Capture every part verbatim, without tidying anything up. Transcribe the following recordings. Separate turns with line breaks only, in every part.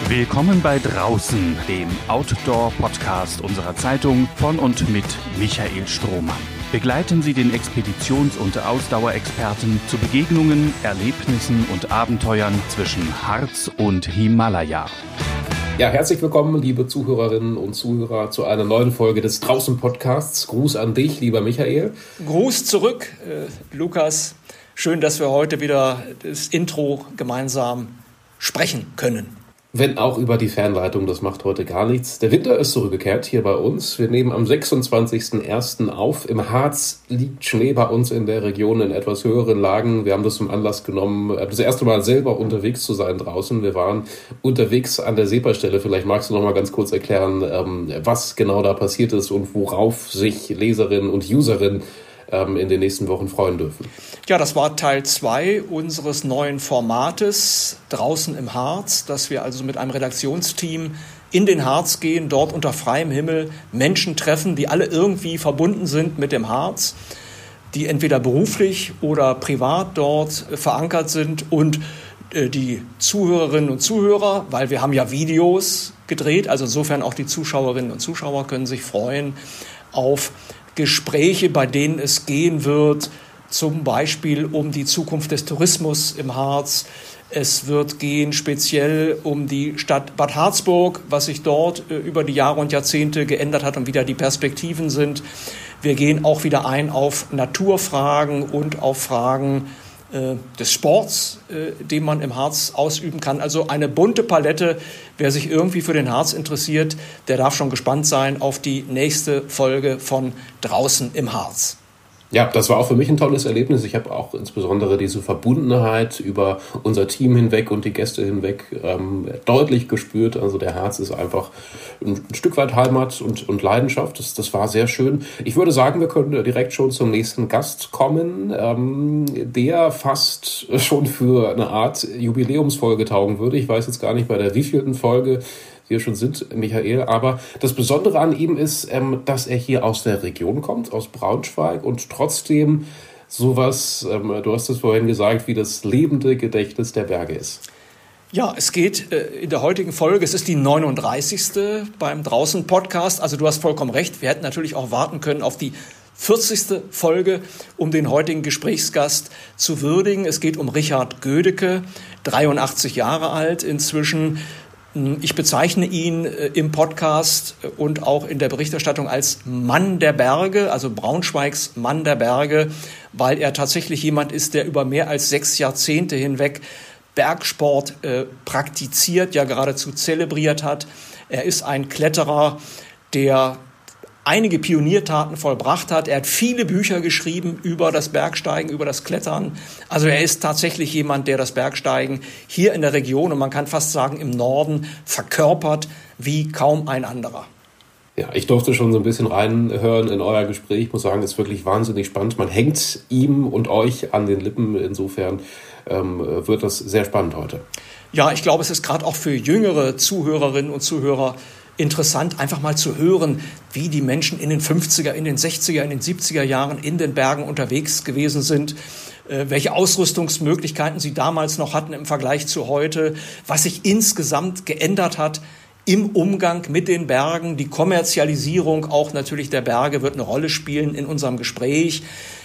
Willkommen bei Draußen, dem Outdoor-Podcast unserer Zeitung von und mit Michael Strohmann. Begleiten Sie den Expeditions- und Ausdauerexperten zu Begegnungen, Erlebnissen und Abenteuern zwischen Harz und Himalaya.
Ja, herzlich willkommen, liebe Zuhörerinnen und Zuhörer, zu einer neuen Folge des Draußen-Podcasts. Gruß an dich, lieber Michael.
Gruß zurück, äh, Lukas. Schön, dass wir heute wieder das Intro gemeinsam sprechen können.
Wenn auch über die Fernleitung, das macht heute gar nichts. Der Winter ist zurückgekehrt hier bei uns. Wir nehmen am sechsundzwanzigsten ersten auf. Im Harz liegt Schnee bei uns in der Region in etwas höheren Lagen. Wir haben das zum Anlass genommen, das erste Mal selber unterwegs zu sein draußen. Wir waren unterwegs an der Seepastelle. Vielleicht magst du noch mal ganz kurz erklären, was genau da passiert ist und worauf sich Leserinnen und Userinnen in den nächsten Wochen freuen dürfen.
Ja, das war Teil zwei unseres neuen Formates Draußen im Harz, dass wir also mit einem Redaktionsteam in den Harz gehen, dort unter freiem Himmel Menschen treffen, die alle irgendwie verbunden sind mit dem Harz, die entweder beruflich oder privat dort verankert sind, und die Zuhörerinnen und Zuhörer, weil wir haben ja Videos gedreht, also insofern auch die Zuschauerinnen und Zuschauer können sich freuen auf Gespräche, bei denen es gehen wird, zum Beispiel um die Zukunft des Tourismus im Harz. Es wird gehen speziell um die Stadt Bad Harzburg, was sich dort äh, über die Jahre und Jahrzehnte geändert hat und wieder die Perspektiven sind. Wir gehen auch wieder ein auf Naturfragen und auf Fragen äh, des Sports, äh, den man im Harz ausüben kann. Also eine bunte Palette. Wer sich irgendwie für den Harz interessiert, der darf schon gespannt sein auf die nächste Folge von Draußen im Harz.
Ja, das war auch für mich ein tolles Erlebnis. Ich habe auch insbesondere diese Verbundenheit über unser Team hinweg und die Gäste hinweg ähm, deutlich gespürt. Also der Harz ist einfach ein, ein Stück weit Heimat und, und Leidenschaft. Das, das war sehr schön. Ich würde sagen, wir können direkt schon zum nächsten Gast kommen, ähm, der fast schon für eine Art Jubiläumsfolge taugen würde. Ich weiß jetzt gar nicht, bei der wievielten Folge wir schon sind, Michael. Aber das Besondere an ihm ist, ähm, dass er hier aus der Region kommt, aus Braunschweig, und trotzdem sowas, ähm, du hast es vorhin gesagt, wie das lebende Gedächtnis der Berge ist.
Ja, es geht äh, in der heutigen Folge, es ist die neununddreißigste beim Draußen-Podcast. Also du hast vollkommen recht, wir hätten natürlich auch warten können auf die vierzigste Folge, um den heutigen Gesprächsgast zu würdigen. Es geht um Richard Gödecke, dreiundachtzig Jahre alt inzwischen. Ich bezeichne ihn im Podcast und auch in der Berichterstattung als Mann der Berge, also Braunschweigs Mann der Berge, weil er tatsächlich jemand ist, der über mehr als sechs Jahrzehnte hinweg Bergsport äh, praktiziert, ja geradezu zelebriert hat. Er ist ein Kletterer, der einige Pioniertaten vollbracht hat. Er hat viele Bücher geschrieben über das Bergsteigen, über das Klettern. Also er ist tatsächlich jemand, der das Bergsteigen hier in der Region, und man kann fast sagen im Norden, verkörpert wie kaum ein anderer.
Ja, ich durfte schon so ein bisschen reinhören in euer Gespräch. Ich muss sagen, es ist wirklich wahnsinnig spannend. Man hängt ihm und euch an den Lippen. Insofern ähm, wird das sehr spannend heute.
Ja, ich glaube, es ist gerade auch für jüngere Zuhörerinnen und Zuhörer interessant, einfach mal zu hören, wie die Menschen in den fünfziger, in den sechziger, in den siebziger Jahren in den Bergen unterwegs gewesen sind, äh, welche Ausrüstungsmöglichkeiten sie damals noch hatten im Vergleich zu heute, was sich insgesamt geändert hat im Umgang mit den Bergen. Die Kommerzialisierung auch natürlich der Berge wird eine Rolle spielen in unserem Gespräch,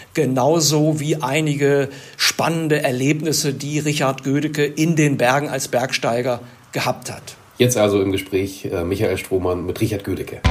genauso wie einige spannende Erlebnisse, die Richard Gödecke in den Bergen als Bergsteiger gehabt hat.
Jetzt also im Gespräch äh, Michael Strohmann mit Richard Gödecke.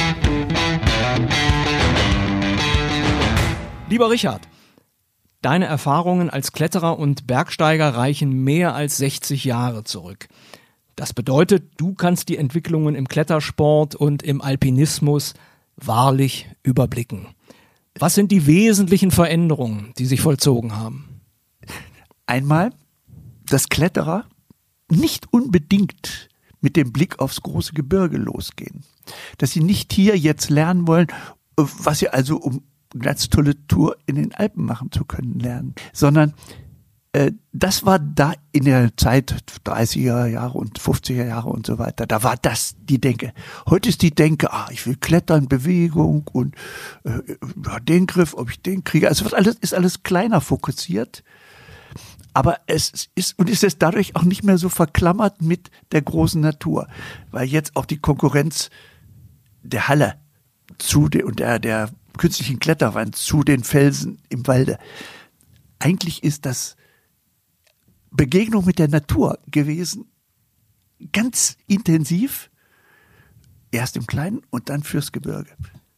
Lieber Richard, deine Erfahrungen als Kletterer und Bergsteiger reichen mehr als sechzig Jahre zurück. Das bedeutet, du kannst die Entwicklungen im Klettersport und im Alpinismus wahrlich überblicken. Was sind die wesentlichen Veränderungen, die sich vollzogen haben?
Einmal, dass Kletterer nicht unbedingt mit dem Blick aufs große Gebirge losgehen. Dass sie nicht hier jetzt lernen wollen, was sie also, um eine ganz tolle Tour in den Alpen machen zu können, lernen. Sondern äh, das war da in der Zeit dreißiger Jahre und fünfziger Jahre und so weiter. Da war das die Denke. Heute ist die Denke, ah, ich will klettern, Bewegung und äh, den Griff, ob ich den kriege. Also was alles ist alles kleiner fokussiert. Aber es ist, und ist es dadurch auch nicht mehr so verklammert mit der großen Natur, weil jetzt auch die Konkurrenz der Halle zu den, und der, der künstlichen Kletterwand zu den Felsen im Walde. Eigentlich ist das Begegnung mit der Natur gewesen, ganz intensiv, erst im Kleinen und dann fürs Gebirge.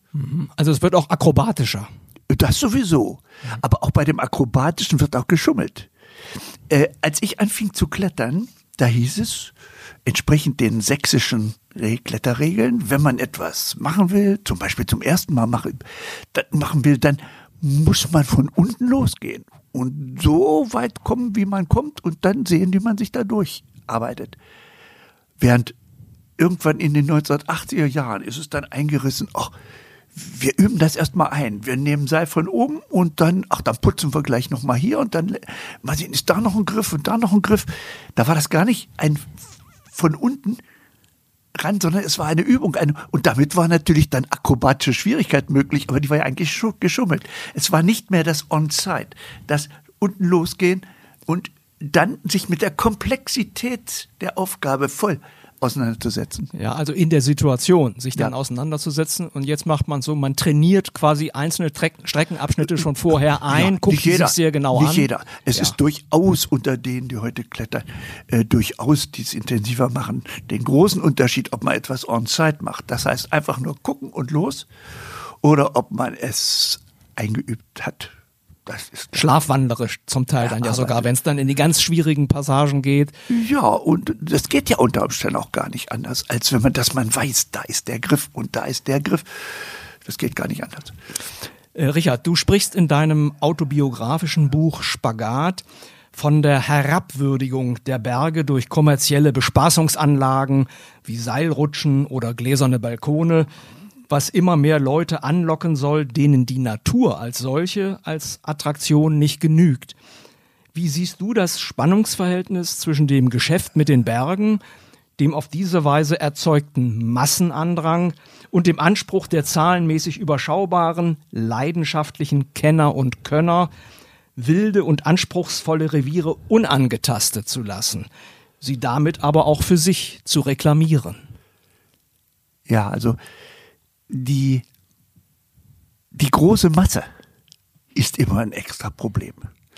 Also es wird auch akrobatischer.
Das sowieso. Aber auch bei dem Akrobatischen wird auch geschummelt. Äh, als ich anfing zu klettern, da hieß es, entsprechend den sächsischen Kletterregeln, wenn man etwas machen will, zum Beispiel zum ersten Mal machen, machen will, dann muss man von unten losgehen und so weit kommen, wie man kommt und dann sehen, wie man sich da durcharbeitet. Während irgendwann in den neunzehnhundertachtziger Jahren ist es dann eingerissen, ach, wir üben das erstmal ein. Wir nehmen Seil von oben und dann, ach, dann putzen wir gleich nochmal hier und dann, mal sehen, ist da noch ein Griff und da noch ein Griff. Da war das gar nicht ein von unten ran, sondern es war eine Übung. Eine, und damit war natürlich dann akrobatische Schwierigkeit möglich, aber die war ja eigentlich geschummelt. Es war nicht mehr das On-Site, das unten losgehen und dann sich mit der Komplexität der Aufgabe voll auseinanderzusetzen.
Ja, also in der Situation sich dann
Ja.
auseinanderzusetzen und jetzt macht man so, man trainiert quasi einzelne Tre- Streckenabschnitte schon vorher ein,
Ja,
guckt
nicht
die
jeder,
sich sehr genau
nicht
an.
jeder. Es
Ja.
ist durchaus unter denen, die heute klettern, äh, durchaus die es intensiver machen, den großen Unterschied, ob man etwas on-site macht. Das heißt einfach nur gucken und los oder ob man es eingeübt hat. Das ist
Schlafwandlerisch zum Teil
Ja,
dann ja
aber-
sogar, wenn es dann in die ganz schwierigen Passagen geht.
Ja, und das geht ja unter Umständen auch gar nicht anders, als wenn man, dass man weiß, da ist der Griff und da ist der Griff. Das geht gar nicht anders.
Äh, Richard, du sprichst in deinem autobiografischen Buch Spagat von der Herabwürdigung der Berge durch kommerzielle Bespaßungsanlagen wie Seilrutschen oder gläserne Balkone, was immer mehr Leute anlocken soll, denen die Natur als solche, als Attraktion nicht genügt. Wie siehst du das Spannungsverhältnis zwischen dem Geschäft mit den Bergen, dem auf diese Weise erzeugten Massenandrang und dem Anspruch der zahlenmäßig überschaubaren, leidenschaftlichen Kenner und Könner, wilde und anspruchsvolle Reviere unangetastet zu lassen, sie damit aber auch für sich zu reklamieren?
Ja, also die, die große Masse ist immer ein extra Problem.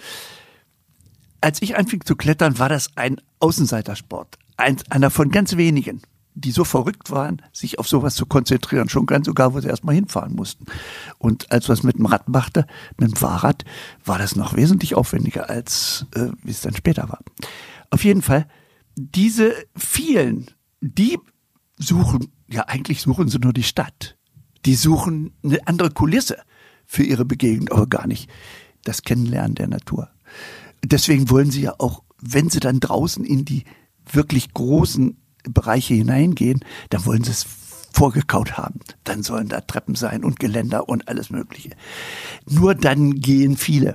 Als ich anfing zu klettern, war das ein Außenseitersport. Ein, einer von ganz wenigen, die so verrückt waren, sich auf sowas zu konzentrieren, schon ganz sogar, wo sie erstmal hinfahren mussten. Und als wir es mit dem Rad machte, mit dem Fahrrad, war das noch wesentlich aufwendiger, als äh, wie es dann später war. Auf jeden Fall, diese vielen, die suchen, ja eigentlich suchen sie nur die Stadt. Die suchen eine andere Kulisse für ihre Begegnung, aber gar nicht das Kennenlernen der Natur. Deswegen wollen sie ja auch, wenn sie dann draußen in die wirklich großen Bereiche hineingehen, dann wollen sie es vorgekaut haben. Dann sollen da Treppen sein und Geländer und alles Mögliche. Nur dann gehen viele.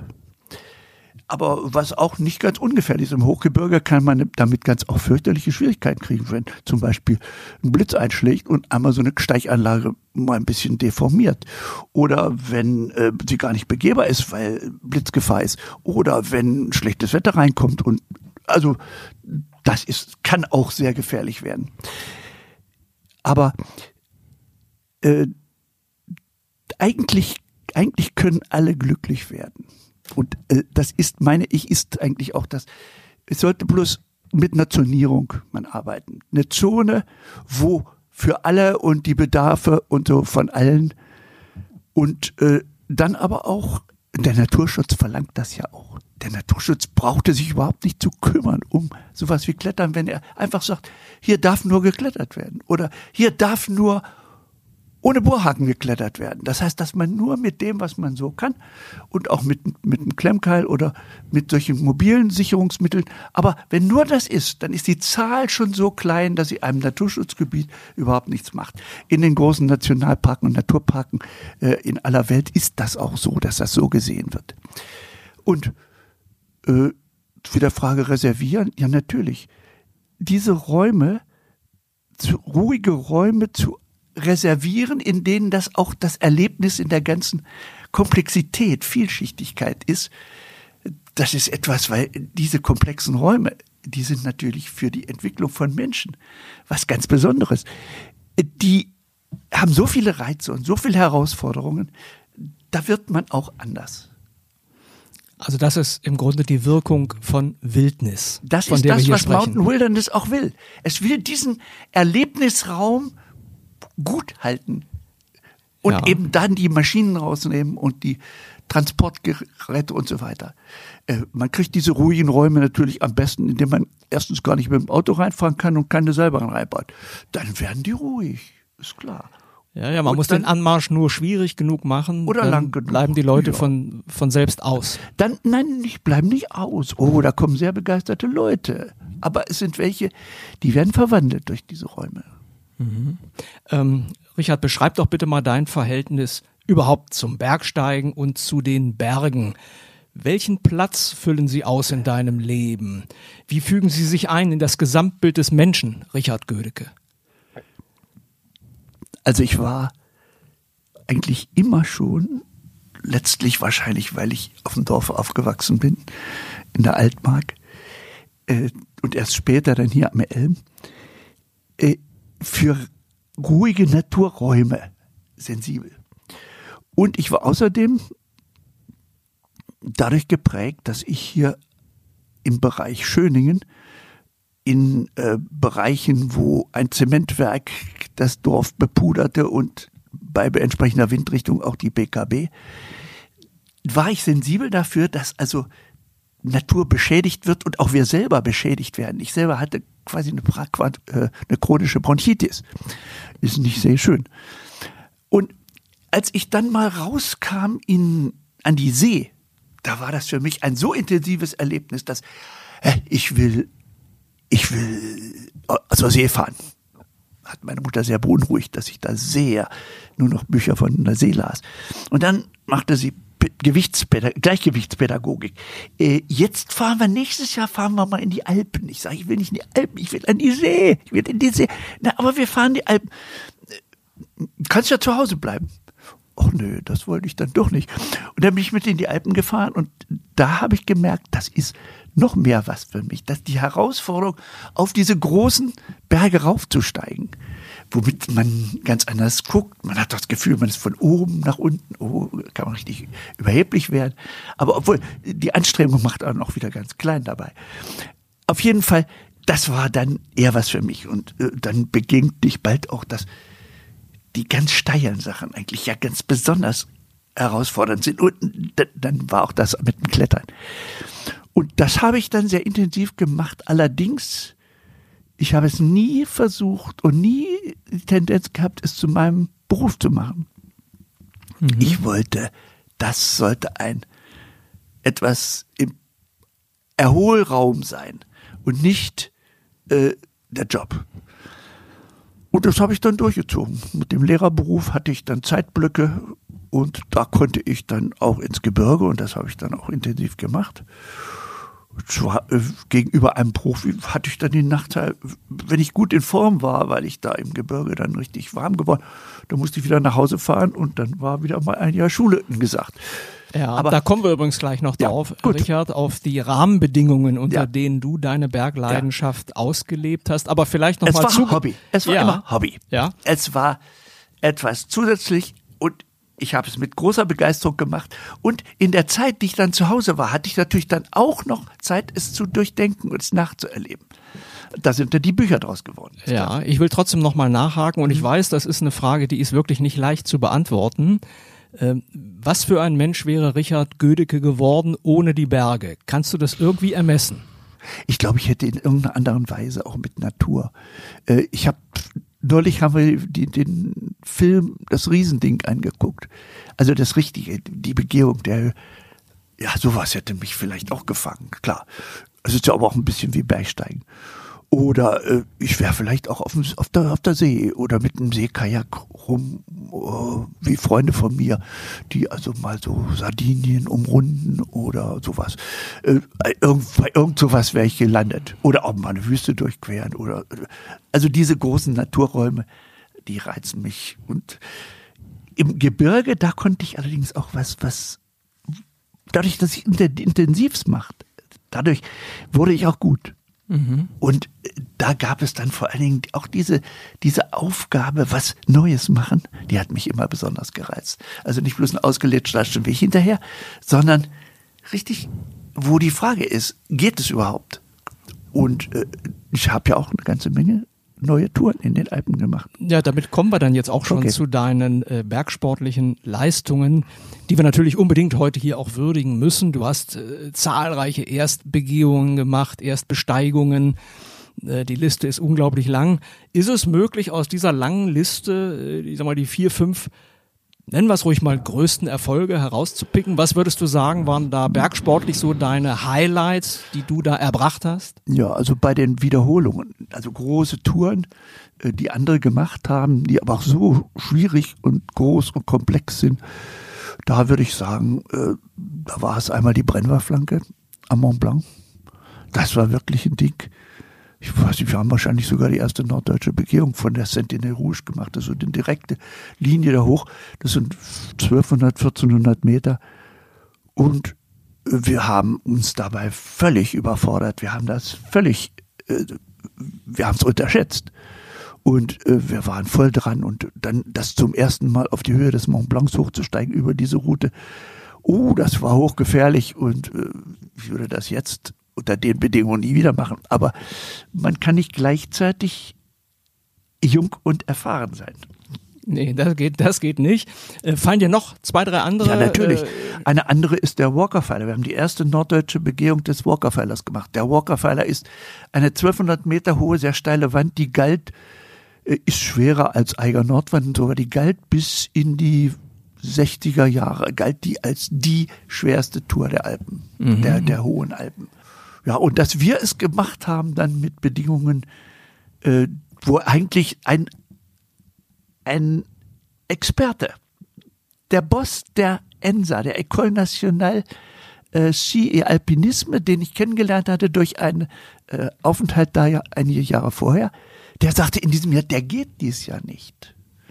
Aber was auch nicht ganz ungefährlich ist, im Hochgebirge kann man damit ganz auch fürchterliche Schwierigkeiten kriegen, wenn zum Beispiel ein Blitz einschlägt und einmal so eine Steichanlage mal ein bisschen deformiert. Oder wenn äh, sie gar nicht begehbar ist, weil Blitzgefahr ist. Oder wenn schlechtes Wetter reinkommt. Und also das ist, kann auch sehr gefährlich werden. Aber äh, eigentlich, eigentlich können alle glücklich werden. Und äh, das ist, meine ich, ist eigentlich auch das. Es sollte bloß mit einer Zonierung man arbeiten. Eine Zone, wo für alle und die Bedarfe und so von allen und äh, dann aber auch, der Naturschutz verlangt das ja auch. Der Naturschutz brauchte sich überhaupt nicht zu kümmern um sowas wie Klettern, wenn er einfach sagt, hier darf nur geklettert werden oder hier darf nur ohne Bohrhaken geklettert werden. Das heißt, dass man nur mit dem, was man so kann und auch mit, mit einem Klemmkeil oder mit solchen mobilen Sicherungsmitteln, aber wenn nur das ist, dann ist die Zahl schon so klein, dass sie einem Naturschutzgebiet überhaupt nichts macht. In den großen Nationalparken und Naturparken äh, in aller Welt ist das auch so, dass das so gesehen wird. Und äh, zu der Frage reservieren, ja natürlich, diese Räume, zu, ruhige Räume zu reservieren, in denen das auch das Erlebnis in der ganzen Komplexität, Vielschichtigkeit ist, das ist etwas, weil diese komplexen Räume, die sind natürlich für die Entwicklung von Menschen was ganz Besonderes. Die haben so viele Reize und so viele Herausforderungen, da wird man auch anders.
Also das ist im Grunde die Wirkung von Wildnis.
Das
von
ist
der
das,
wir hier
was
sprechen.
Mountain Wilderness auch will. Es will diesen Erlebnisraum gut halten und
Ja.
eben dann die Maschinen rausnehmen und die Transportgeräte und so weiter. Äh, man kriegt diese ruhigen Räume natürlich am besten, indem man erstens gar nicht mit dem Auto reinfahren kann und keine selber reinbaut. Dann werden die ruhig, ist klar.
Ja, ja, man
Und
muss
dann-
den Anmarsch nur schwierig genug machen,
Oder
dann
lang genug.
bleiben die Leute
Ja.
von, von selbst aus.
Dann, nein, nicht, bleiben nicht aus. Oh, da kommen sehr begeisterte Leute. Aber es sind welche, die werden verwandelt durch diese Räume.
Ähm, Richard, beschreib doch bitte mal dein Verhältnis überhaupt zum Bergsteigen und zu den Bergen. Welchen Platz füllen sie aus in deinem Leben? Wie fügen sie sich ein in das Gesamtbild des Menschen, Richard Gödecke?
Also ich war eigentlich immer schon, letztlich wahrscheinlich, weil ich auf dem Dorf aufgewachsen bin, in der Altmark, äh, und erst später dann hier am Elm, äh, für ruhige Naturräume sensibel. Und ich war außerdem dadurch geprägt, dass ich hier im Bereich Schöningen in äh, Bereichen, wo ein Zementwerk das Dorf bepuderte und bei entsprechender Windrichtung auch die B K B, war ich sensibel dafür, dass also Natur beschädigt wird und auch wir selber beschädigt werden. Ich selber hatte quasi eine, Bra- äh, eine chronische Bronchitis. Ist nicht sehr schön. Und als ich dann mal rauskam in, an die See, da war das für mich ein so intensives Erlebnis, dass äh, ich will Ich will zur See fahren. Hat meine Mutter sehr beunruhigt, dass ich da sehr nur noch Bücher von der See las. Und dann machte sie P- Gewichtspädag- Gleichgewichtspädagogik. Äh, jetzt fahren wir, nächstes Jahr fahren wir mal in die Alpen. Ich sage, ich will nicht in die Alpen, ich will an die See. Ich will in die See. Na, aber wir fahren die Alpen. Äh, kannst ja zu Hause bleiben. Ach nö, das wollte ich dann doch nicht. Und dann bin ich mit in die Alpen gefahren und da habe ich gemerkt, das ist noch mehr was für mich. Dass die Herausforderung, auf diese großen Berge raufzusteigen, womit man ganz anders guckt. Man hat das Gefühl, man ist von oben nach unten, oh, kann man richtig überheblich werden. Aber obwohl, die Anstrengung macht auch noch wieder ganz klein dabei. Auf jeden Fall, das war dann eher was für mich. Und äh, dann begegnet ich bald auch das, die ganz steilen Sachen eigentlich ja ganz besonders herausfordernd sind. Und dann war auch das mit dem Klettern. Und das habe ich dann sehr intensiv gemacht. Allerdings, ich habe es nie versucht und nie die Tendenz gehabt, es zu meinem Beruf zu machen. Mhm. Ich wollte, das sollte ein etwas im Erholraum sein und nicht äh, der Job. Und das habe ich dann durchgezogen. Mit dem Lehrerberuf hatte ich dann Zeitblöcke und da konnte ich dann auch ins Gebirge und das habe ich dann auch intensiv gemacht. Zwar, äh, gegenüber einem Profi hatte ich dann den Nachteil, wenn ich gut in Form war, weil ich da im Gebirge dann richtig warm geworden, dann musste ich wieder nach Hause fahren und dann war wieder mal ein Jahr Schule gesagt.
Ja,
Aber
da kommen wir übrigens gleich noch
ja,
drauf,
gut.
Richard, auf die Rahmenbedingungen, unter
Ja.
denen du deine Bergleidenschaft ja. ausgelebt hast. Aber vielleicht noch
es
mal
war
zu.
Hobby. Es war
ja.
immer Hobby.
Ja.
Es war etwas zusätzlich und ich habe es mit großer Begeisterung gemacht. Und in der Zeit, die ich dann zu Hause war, hatte ich natürlich dann auch noch Zeit, es zu durchdenken und es nachzuerleben. Da sind dann die Bücher draus geworden.
Ja, ich will trotzdem noch mal nachhaken und ich weiß, das ist eine Frage, die ist wirklich nicht leicht zu beantworten. Ähm, was für ein Mensch wäre Richard Gödecke geworden ohne die Berge? Kannst du das irgendwie ermessen?
Ich glaube, ich hätte in irgendeiner anderen Weise auch mit Natur. Äh, ich habe neulich haben wir die, den Film Das Riesending angeguckt. Also das Richtige, die Begehung der, ja, sowas hätte mich vielleicht auch gefangen, klar. Es ist ja aber auch ein bisschen wie Bergsteigen. Oder äh, ich wäre vielleicht auch auf, dem, auf, der, auf der See oder mit einem Seekajak rum, oh, wie Freunde von mir, die also mal so Sardinien umrunden oder sowas. Äh, irgend, bei irgend sowas wäre ich gelandet. Oder auch mal eine Wüste durchqueren. Oder, also diese großen Naturräume, die reizen mich. Und im Gebirge, da konnte ich allerdings auch was, was dadurch, dass ich intensivs machte, dadurch wurde ich auch gut. Mhm. Und da gab es dann vor allen Dingen auch diese, diese Aufgabe, was Neues machen, die hat mich immer besonders gereizt. Also nicht bloß ein ausgeletschter Weg hinterher, sondern richtig, wo die Frage ist, geht es überhaupt? Und äh, ich habe ja auch eine ganze Menge neue Touren in den Alpen gemacht.
Ja, damit kommen wir dann jetzt auch schon okay. zu deinen äh, bergsportlichen Leistungen, die wir natürlich unbedingt heute hier auch würdigen müssen. Du hast äh, zahlreiche Erstbegehungen gemacht, Erstbesteigungen. Äh, die Liste ist unglaublich lang. Ist es möglich, aus dieser langen Liste, äh, ich sag mal die vier, fünf, nennen wir es ruhig mal, größten Erfolge herauszupicken? Was würdest du sagen, waren da bergsportlich so deine Highlights, die du da erbracht hast?
Ja, also bei den Wiederholungen, also große Touren, die andere gemacht haben, die aber auch so schwierig und groß und komplex sind, da würde ich sagen, da war es einmal die Brennerflanke am Mont Blanc. Das war wirklich ein Ding. Ich weiß nicht, wir haben wahrscheinlich sogar die erste norddeutsche Begehung von der Sentinelle Rouge gemacht. Also die direkte Linie da hoch. Das sind zwölfhundert, vierzehnhundert Meter. Und wir haben uns dabei völlig überfordert. Wir haben das völlig, äh, wir haben es unterschätzt. Und äh, wir waren voll dran. Und dann das zum ersten Mal auf die Höhe des Mont Blancs hochzusteigen über diese Route. Oh, das war hochgefährlich. Und äh, ich würde das jetzt unter den Bedingungen nie wieder machen. Aber man kann nicht gleichzeitig jung und erfahren sein.
Nee, das geht, das geht nicht. Äh, fallen dir noch zwei, drei andere?
Ja, natürlich.
Äh,
Eine andere ist der Walkerpfeiler. Wir haben die erste norddeutsche Begehung des Walkerpfeilers gemacht. Der Walkerpfeiler ist eine zwölfhundert Meter hohe, sehr steile Wand, die galt, äh, ist schwerer als Eiger Nordwand und sogar, die galt bis in die sechziger Jahre, galt die als die schwerste Tour der Alpen, mhm. der, der hohen Alpen. Ja, und dass wir es gemacht haben dann mit Bedingungen, äh, wo eigentlich ein, ein Experte, der Boss der E N S A, der École Nationale äh, Ski et Alpinisme, den ich kennengelernt hatte durch einen äh, Aufenthalt da ja einige Jahre vorher, der sagte in diesem Jahr, der geht dieses Jahr nicht.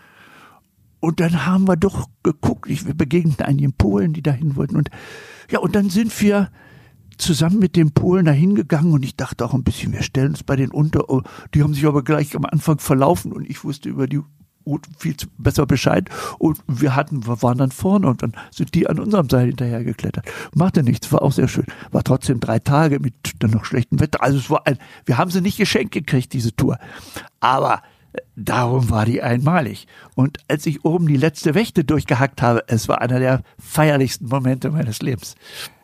Und dann haben wir doch geguckt, ich, wir begegneten einigen Polen, die dahin wollten. Und ja, und dann sind wir zusammen mit den Polen da hingegangen und ich dachte auch ein bisschen, wir stellen uns bei denen unter. Oh, die haben sich aber gleich am Anfang verlaufen und ich wusste über die Route viel besser Bescheid und wir hatten, wir waren dann vorne und dann sind die an unserem Seil hinterher geklettert. Machte nichts, war auch sehr schön. War trotzdem drei Tage mit dann noch schlechtem Wetter. Also es war ein, wir haben sie nicht geschenkt gekriegt, diese Tour. Aber darum war die einmalig. Und als ich oben die letzte Wächte durchgehackt habe, es war einer der feierlichsten Momente meines Lebens.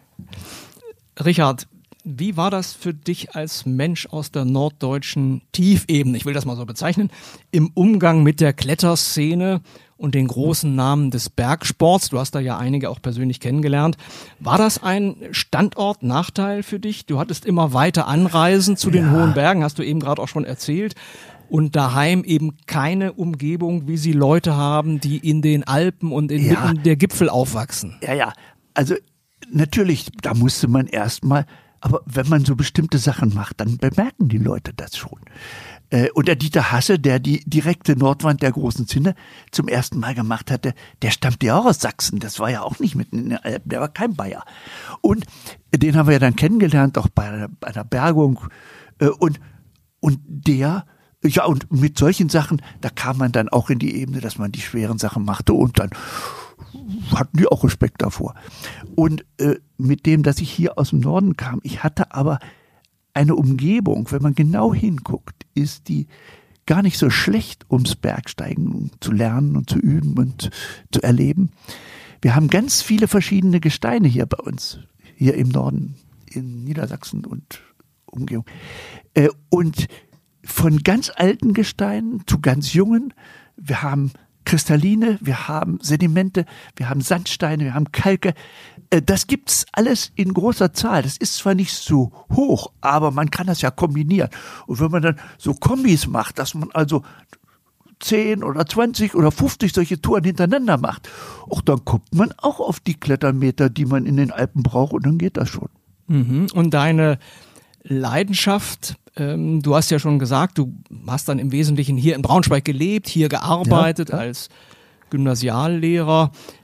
Richard, wie war das für dich als Mensch aus der norddeutschen Tiefebene, ich will das mal so bezeichnen, im Umgang mit der Kletterszene und den großen Namen des Bergsports? Du hast da ja einige auch persönlich kennengelernt. War das ein Standortnachteil für dich? Du hattest immer weiter Anreisen zu den ja. hohen Bergen, hast du eben gerade auch schon erzählt. Und daheim eben keine Umgebung, wie sie Leute haben, die in den Alpen und inmitten ja. der Gipfel aufwachsen.
Ja, ja. Also natürlich, da musste man erstmal, aber wenn man so bestimmte Sachen macht, dann bemerken die Leute das schon. Äh, und der Dieter Hasse, der die direkte Nordwand der Großen Zinne zum ersten Mal gemacht hatte, der stammte ja auch aus Sachsen. Das war ja auch nicht mitten in den Alpen, der war kein Bayer. Und den haben wir ja dann kennengelernt, auch bei einer, bei einer Bergung. Äh, und, und der Ja, und mit solchen Sachen, da kam man dann auch in die Ebene, dass man die schweren Sachen machte und dann hatten die auch Respekt davor. Und äh, mit dem, dass ich hier aus dem Norden kam, ich hatte aber eine Umgebung, wenn man genau hinguckt, ist die gar nicht so schlecht, ums Bergsteigen zu lernen und zu üben und zu erleben. Wir haben ganz viele verschiedene Gesteine hier bei uns, hier im Norden, in Niedersachsen und Umgebung. Äh, und von ganz alten Gesteinen zu ganz jungen. Wir haben Kristalline, wir haben Sedimente, wir haben Sandsteine, wir haben Kalke. Das gibt's alles in großer Zahl. Das ist zwar nicht so hoch, aber man kann das ja kombinieren. Und wenn man dann so Kombis macht, dass man also zehn oder zwanzig oder fünfzig solche Touren hintereinander macht, auch dann kommt man auch auf die Klettermeter, die man in den Alpen braucht und dann geht das schon.
Mhm. Und deine Leidenschaft, ähm, du hast ja schon gesagt, du hast dann im Wesentlichen hier in Braunschweig gelebt, hier gearbeitet ja, ja. als Gymnasiallehrer.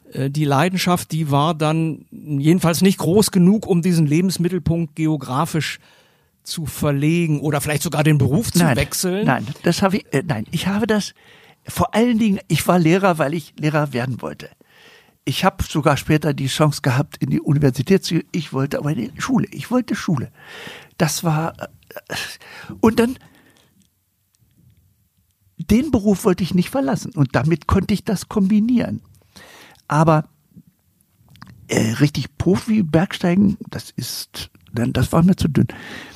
die Leidenschaft, die war dann jedenfalls nicht groß genug, um diesen Lebensmittelpunkt geografisch zu verlegen oder vielleicht sogar den Beruf zu
nein,
wechseln.
Nein, das habe ich, äh, nein, ich habe das, vor allen Dingen, ich war Lehrer, weil ich Lehrer werden wollte. Ich habe sogar später die Chance gehabt, in die Universität zu gehen. Ich wollte aber in die Schule. Ich wollte Schule. Das war, äh, und dann, den Beruf wollte ich nicht verlassen und damit konnte ich das kombinieren. Aber äh, richtig Profi Bergsteigen, das ist, das war mir zu dünn.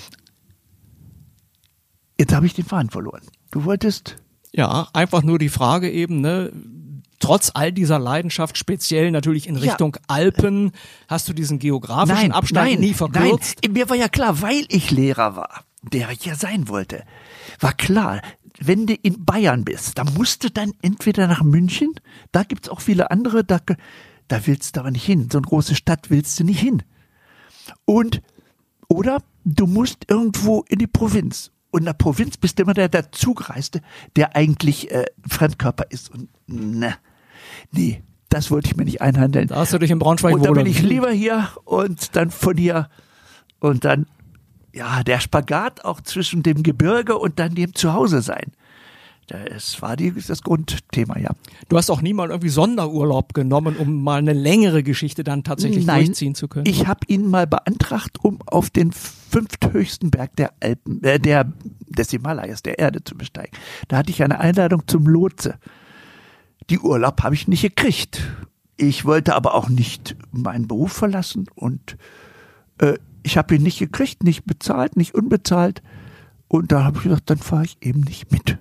Jetzt habe ich den Faden verloren. Du wolltest?
Ja, einfach nur die Frage eben, ne, trotz all dieser Leidenschaft, speziell natürlich in Richtung ja. Alpen, hast du diesen geografischen
nein,
Abstand
nein,
nie verkürzt?
Nein, mir war ja klar, weil ich Lehrer war, der ich ja sein wollte, war klar, wenn du in Bayern bist, da musst du dann entweder nach München, da gibt's auch viele andere, da, da willst du aber nicht hin, so eine große Stadt willst du nicht hin. Und, oder du musst irgendwo in die Provinz. Und in der Provinz bist du immer der Dazugereiste, der eigentlich äh, Fremdkörper ist. Und ne, nee, das wollte ich mir nicht einhandeln.
Da hast du dich in Braunschweig
Und da
wohnen.
bin ich lieber hier und dann von hier und dann, ja, der Spagat auch zwischen dem Gebirge und dann dem Zuhause sein. Das war die, das Grundthema, ja.
Du hast auch nie mal irgendwie Sonderurlaub genommen, um mal eine längere Geschichte dann tatsächlich
Nein,
durchziehen zu können?
Ich habe ihn mal beantragt, um auf den fünfthöchsten Berg der Alpen, äh, der, des Himalayas, der Erde zu besteigen. Da hatte ich eine Einladung zum Lotse. Die Urlaub habe ich nicht gekriegt. Ich wollte aber auch nicht meinen Beruf verlassen und äh, ich habe ihn nicht gekriegt, nicht bezahlt, nicht unbezahlt. Und da habe ich gesagt, dann fahre ich eben nicht mit.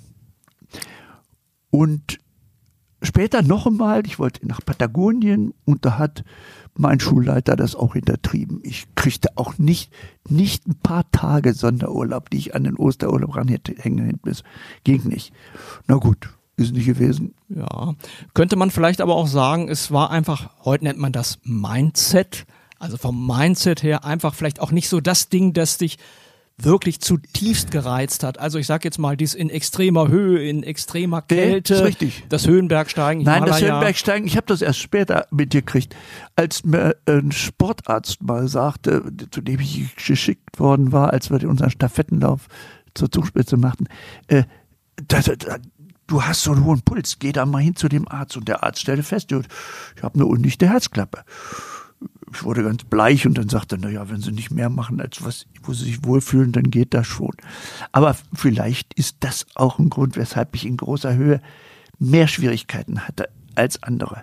Und später noch einmal, ich wollte nach Patagonien und da hat mein Schulleiter das auch hintertrieben. Ich kriegte auch nicht, nicht ein paar Tage Sonderurlaub, die ich an den Osterurlaub ran hätte hängen müssen. Ging nicht. Na gut, ist nicht gewesen.
Ja, könnte man vielleicht aber auch sagen, es war einfach, heute nennt man das Mindset, also vom Mindset her einfach vielleicht auch nicht so das Ding, das dich wirklich zutiefst gereizt hat. Also ich sag jetzt mal, dies in extremer Höhe, in extremer Kälte,
das, ist richtig.
Das Höhenbergsteigen.
Nein, das Höhenbergsteigen, ich habe das erst später mitgekriegt, als mir ein Sportarzt mal sagte, zu dem ich geschickt worden war, als wir unseren Stafettenlauf zur Zugspitze machten, äh, da, da, du hast so einen hohen Puls, geh da mal hin zu dem Arzt. Und der Arzt stellte fest, ich habe eine undichte Herzklappe. Ich wurde ganz bleich und dann sagte er, naja, wenn Sie nicht mehr machen, als was, wo Sie sich wohlfühlen, dann geht das schon. Aber vielleicht ist das auch ein Grund, weshalb ich in großer Höhe mehr Schwierigkeiten hatte als andere.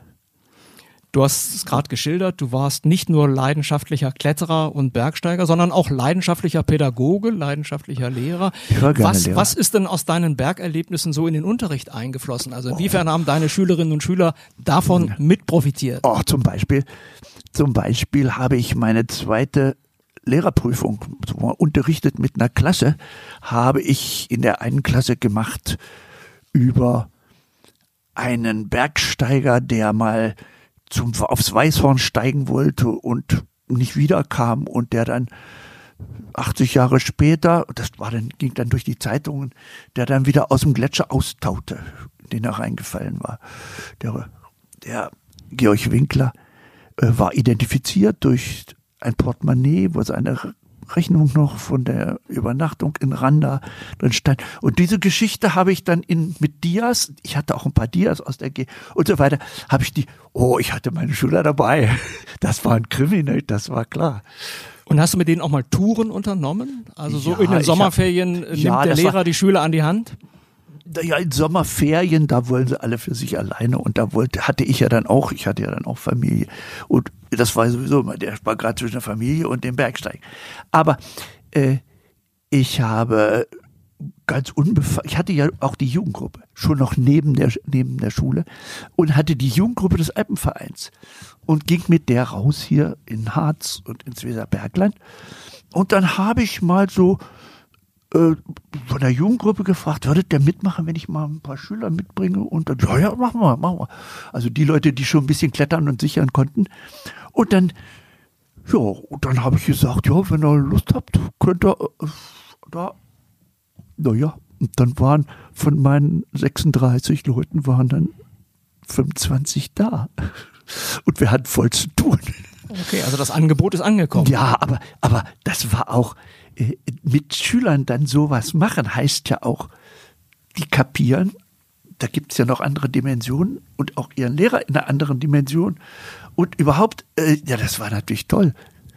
Du hast es gerade geschildert, du warst nicht nur leidenschaftlicher Kletterer und Bergsteiger, sondern auch leidenschaftlicher Pädagoge, leidenschaftlicher Lehrer.
Ich war gerne
was,
Lehrer.
Was ist denn aus deinen Bergerlebnissen so in den Unterricht eingeflossen? Also inwiefern oh. haben deine Schülerinnen und Schüler davon mit profitiert?
Oh, zum Beispiel, zum Beispiel habe ich meine zweite Lehrerprüfung, so unterrichtet mit einer Klasse, habe ich in der einen Klasse gemacht über einen Bergsteiger, der mal zum, aufs Weißhorn steigen wollte und nicht wiederkam und der dann achtzig Jahre später, das war dann, ging dann durch die Zeitungen, der dann wieder aus dem Gletscher austaute, in den er reingefallen war. Der, der Georg Winkler äh, war identifiziert durch ein Portemonnaie, wo seine Rechnung noch von der Übernachtung in Randa drin stand. Und diese Geschichte habe ich dann in, mit Dias, ich hatte auch ein paar Dias aus der G und so weiter, habe ich die, oh, ich hatte meine Schüler dabei. Das war ein Kriminell, das war klar.
Und hast du mit denen auch mal Touren unternommen? Also so
Ja,
in den Sommerferien
hab,
nimmt
ja,
der Lehrer
war,
die Schüler an die Hand?
Ja, in Sommerferien, da wollen sie alle für sich alleine und da wollte, hatte ich ja dann auch, ich hatte ja dann auch Familie und das war sowieso immer der Spagat zwischen der Familie und dem Bergsteigen. Aber äh, ich habe ganz unbefangen, ich hatte ja auch die Jugendgruppe, schon noch neben der, neben der Schule und hatte die Jugendgruppe des Alpenvereins und ging mit der raus hier in Harz und ins Weserbergland und dann habe ich mal so von der Jugendgruppe gefragt, würdet ihr mitmachen, wenn ich mal ein paar Schüler mitbringe? Und dann, ja, ja, machen wir, machen wir. Also die Leute, die schon ein bisschen klettern und sichern konnten. Und dann, ja, und dann habe ich gesagt, ja, wenn ihr Lust habt, könnt ihr äh, da, naja, und dann waren von meinen sechsunddreißig Leuten waren dann fünfundzwanzig da. Und wir hatten voll zu tun.
Okay, also das Angebot ist angekommen.
Ja, aber, aber das war auch, äh, mit Schülern dann sowas machen, heißt ja auch, die kapieren, da gibt es ja noch andere Dimensionen und auch ihren Lehrer in einer anderen Dimension. Und überhaupt, äh, ja, das war natürlich toll.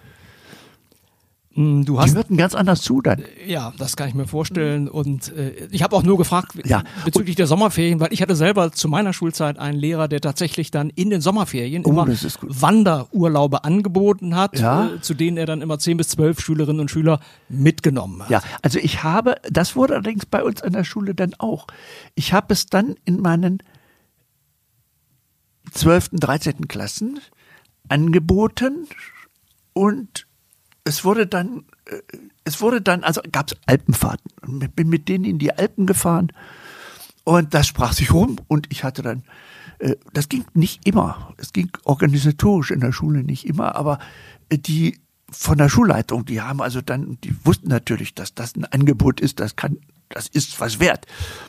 Du hast,
die hörten ganz anders zu dann.
Ja, das kann ich mir vorstellen. Und äh, ich habe auch nur gefragt
ja.
bezüglich der Sommerferien, weil ich hatte selber zu meiner Schulzeit einen Lehrer, der tatsächlich dann in den Sommerferien
oh,
immer Wanderurlaube angeboten hat,
ja.
äh, zu denen er dann immer zehn bis zwölf Schülerinnen und Schüler mitgenommen hat.
Ja, also ich habe, das wurde allerdings bei uns an der Schule dann auch. Ich habe es dann in meinen zwölften, dreizehnten Klassen angeboten und Es wurde dann, es wurde dann, also gab es Alpenfahrten. Ich bin mit denen in die Alpen gefahren und das sprach sich rum und ich hatte dann, das ging nicht immer, es ging organisatorisch in der Schule nicht immer, aber die von der Schulleitung, die haben also dann, die wussten natürlich, dass das ein Angebot ist, das kann, das ist was wert.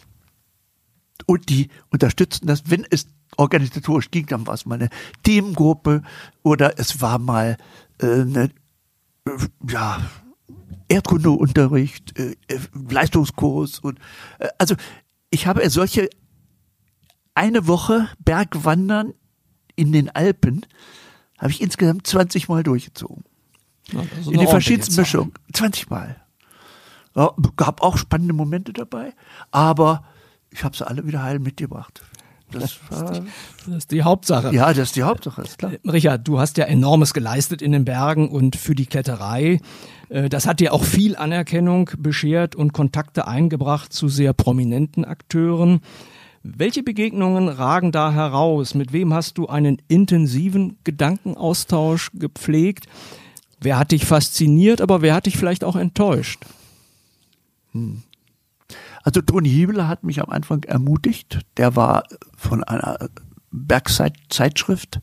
Und die unterstützten das, wenn es organisatorisch ging, dann war es mal eine Themengruppe oder es war mal äh, eine ja, Erdkundeunterricht, äh, Leistungskurs und äh, also ich habe solche eine Woche Bergwandern in den Alpen habe ich insgesamt zwanzig Mal durchgezogen. Ja, in den verschiedensten Mischungen. zwanzig Mal. Ja, gab auch spannende Momente dabei, aber ich habe sie alle wieder heil mitgebracht. Das, war,
das ist die Hauptsache.
Ja, das ist die Hauptsache, ist klar.
Richard, du hast ja Enormes geleistet in den Bergen und für die Kletterei. Das hat dir auch viel Anerkennung beschert und Kontakte eingebracht zu sehr prominenten Akteuren. Welche Begegnungen ragen da heraus? Mit wem hast du einen intensiven Gedankenaustausch gepflegt? Wer hat dich fasziniert, aber wer hat dich vielleicht auch enttäuscht?
Hm. Also Toni Hiebler hat mich am Anfang ermutigt. Der war von einer Bergzeitschrift.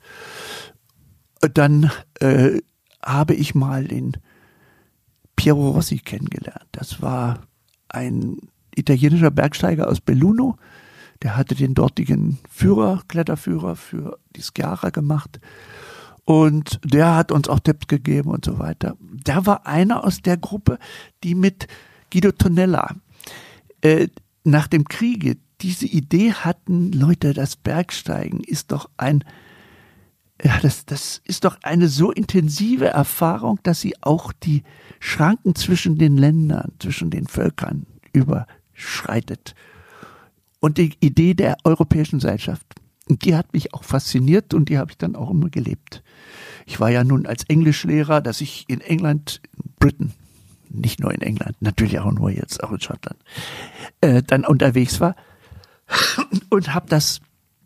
Dann äh, habe ich mal den Piero Rossi kennengelernt. Das war ein italienischer Bergsteiger aus Belluno. Der hatte den dortigen Führer, Kletterführer für die Sciara gemacht. Und der hat uns auch Tipps gegeben und so weiter. Der war einer aus der Gruppe, die mit Guido Tonella Äh, nach dem Kriege diese Idee hatten, Leute, das Bergsteigen ist doch ein, ja, das, das ist doch eine so intensive Erfahrung, dass sie auch die Schranken zwischen den Ländern, zwischen den Völkern überschreitet. Und die Idee der europäischen Gesellschaft, die hat mich auch fasziniert und die habe ich dann auch immer gelebt. Ich war ja nun als Englischlehrer, dass ich in England, Britain, nicht nur in England, natürlich auch nur jetzt, auch in Schottland, äh, dann unterwegs war und habe das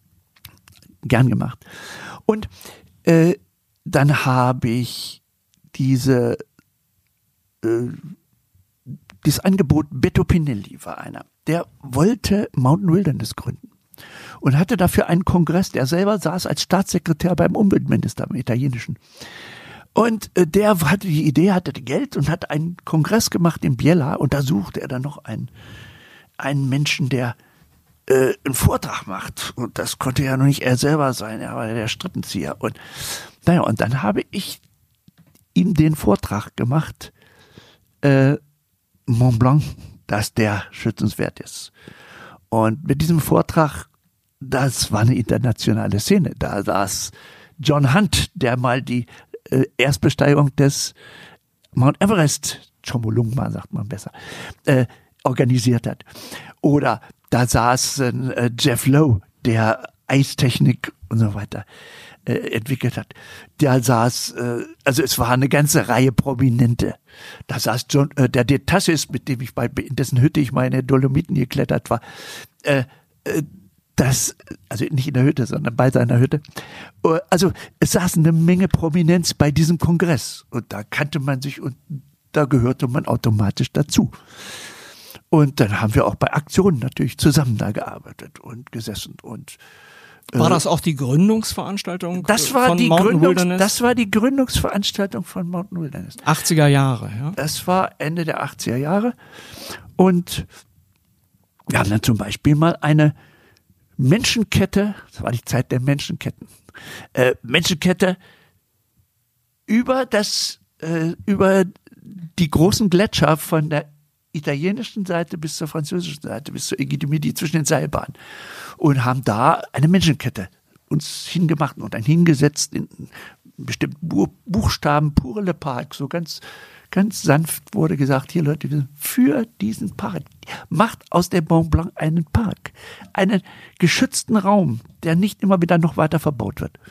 gern gemacht. Und äh, dann habe ich diese äh, dieses Angebot, Beto Pinelli war einer, der wollte Mountain Wilderness gründen und hatte dafür einen Kongress, der selber saß als Staatssekretär beim Umweltminister, beim italienischen. Und äh, der hatte die Idee, hatte Geld und hat einen Kongress gemacht in Biella und da suchte er dann noch einen, einen Menschen, der äh, einen Vortrag macht. Und das konnte ja noch nicht er selber sein, er war der Strippenzieher. Und naja, und dann habe ich ihm den Vortrag gemacht, äh, Mont Blanc, dass der schützenswert ist. Und mit diesem Vortrag, das war eine internationale Szene. Da saß John Hunt, der mal die äh, Erstbesteigung des Mount Everest, Chomolungma sagt man besser, äh, organisiert hat. Oder da saß äh, Jeff Lowe, der Eistechnik und so weiter äh, entwickelt hat. Der saß, äh, also es war eine ganze Reihe Prominente. Da saß John, äh, der Detassis, mit dem ich bei, in dessen Hütte ich meine Dolomiten geklettert war, äh, äh, das, also nicht in der Hütte, sondern bei seiner Hütte. Also es saß eine Menge Prominenz bei diesem Kongress und da kannte man sich und da gehörte man automatisch dazu. Und dann haben wir auch bei Aktionen natürlich zusammen da gearbeitet und gesessen und
war das auch die Gründungsveranstaltung
das war
von
die
Mountain
Gründungs,
Wilderness?
Das war die Gründungsveranstaltung von Mountain Wilderness.
achtziger Jahre, ja.
Das war Ende der achtziger Jahre und wir haben dann zum Beispiel mal eine Menschenkette, das war die Zeit der Menschenketten, Äh, Menschenkette über das, äh, über die großen Gletscher von der italienischen Seite bis zur französischen Seite, bis zur Ägide Midi, zwischen den Seilbahnen. Und haben da eine Menschenkette uns hingemacht und dann hingesetzt in bestimmten Buchstaben, Pour le Parc, so ganz, ganz sanft wurde gesagt, hier Leute, wir sind für diesen Park. Macht aus dem Mont Blanc einen Park. Einen geschützten Raum, der nicht immer wieder noch weiter verbaut wird.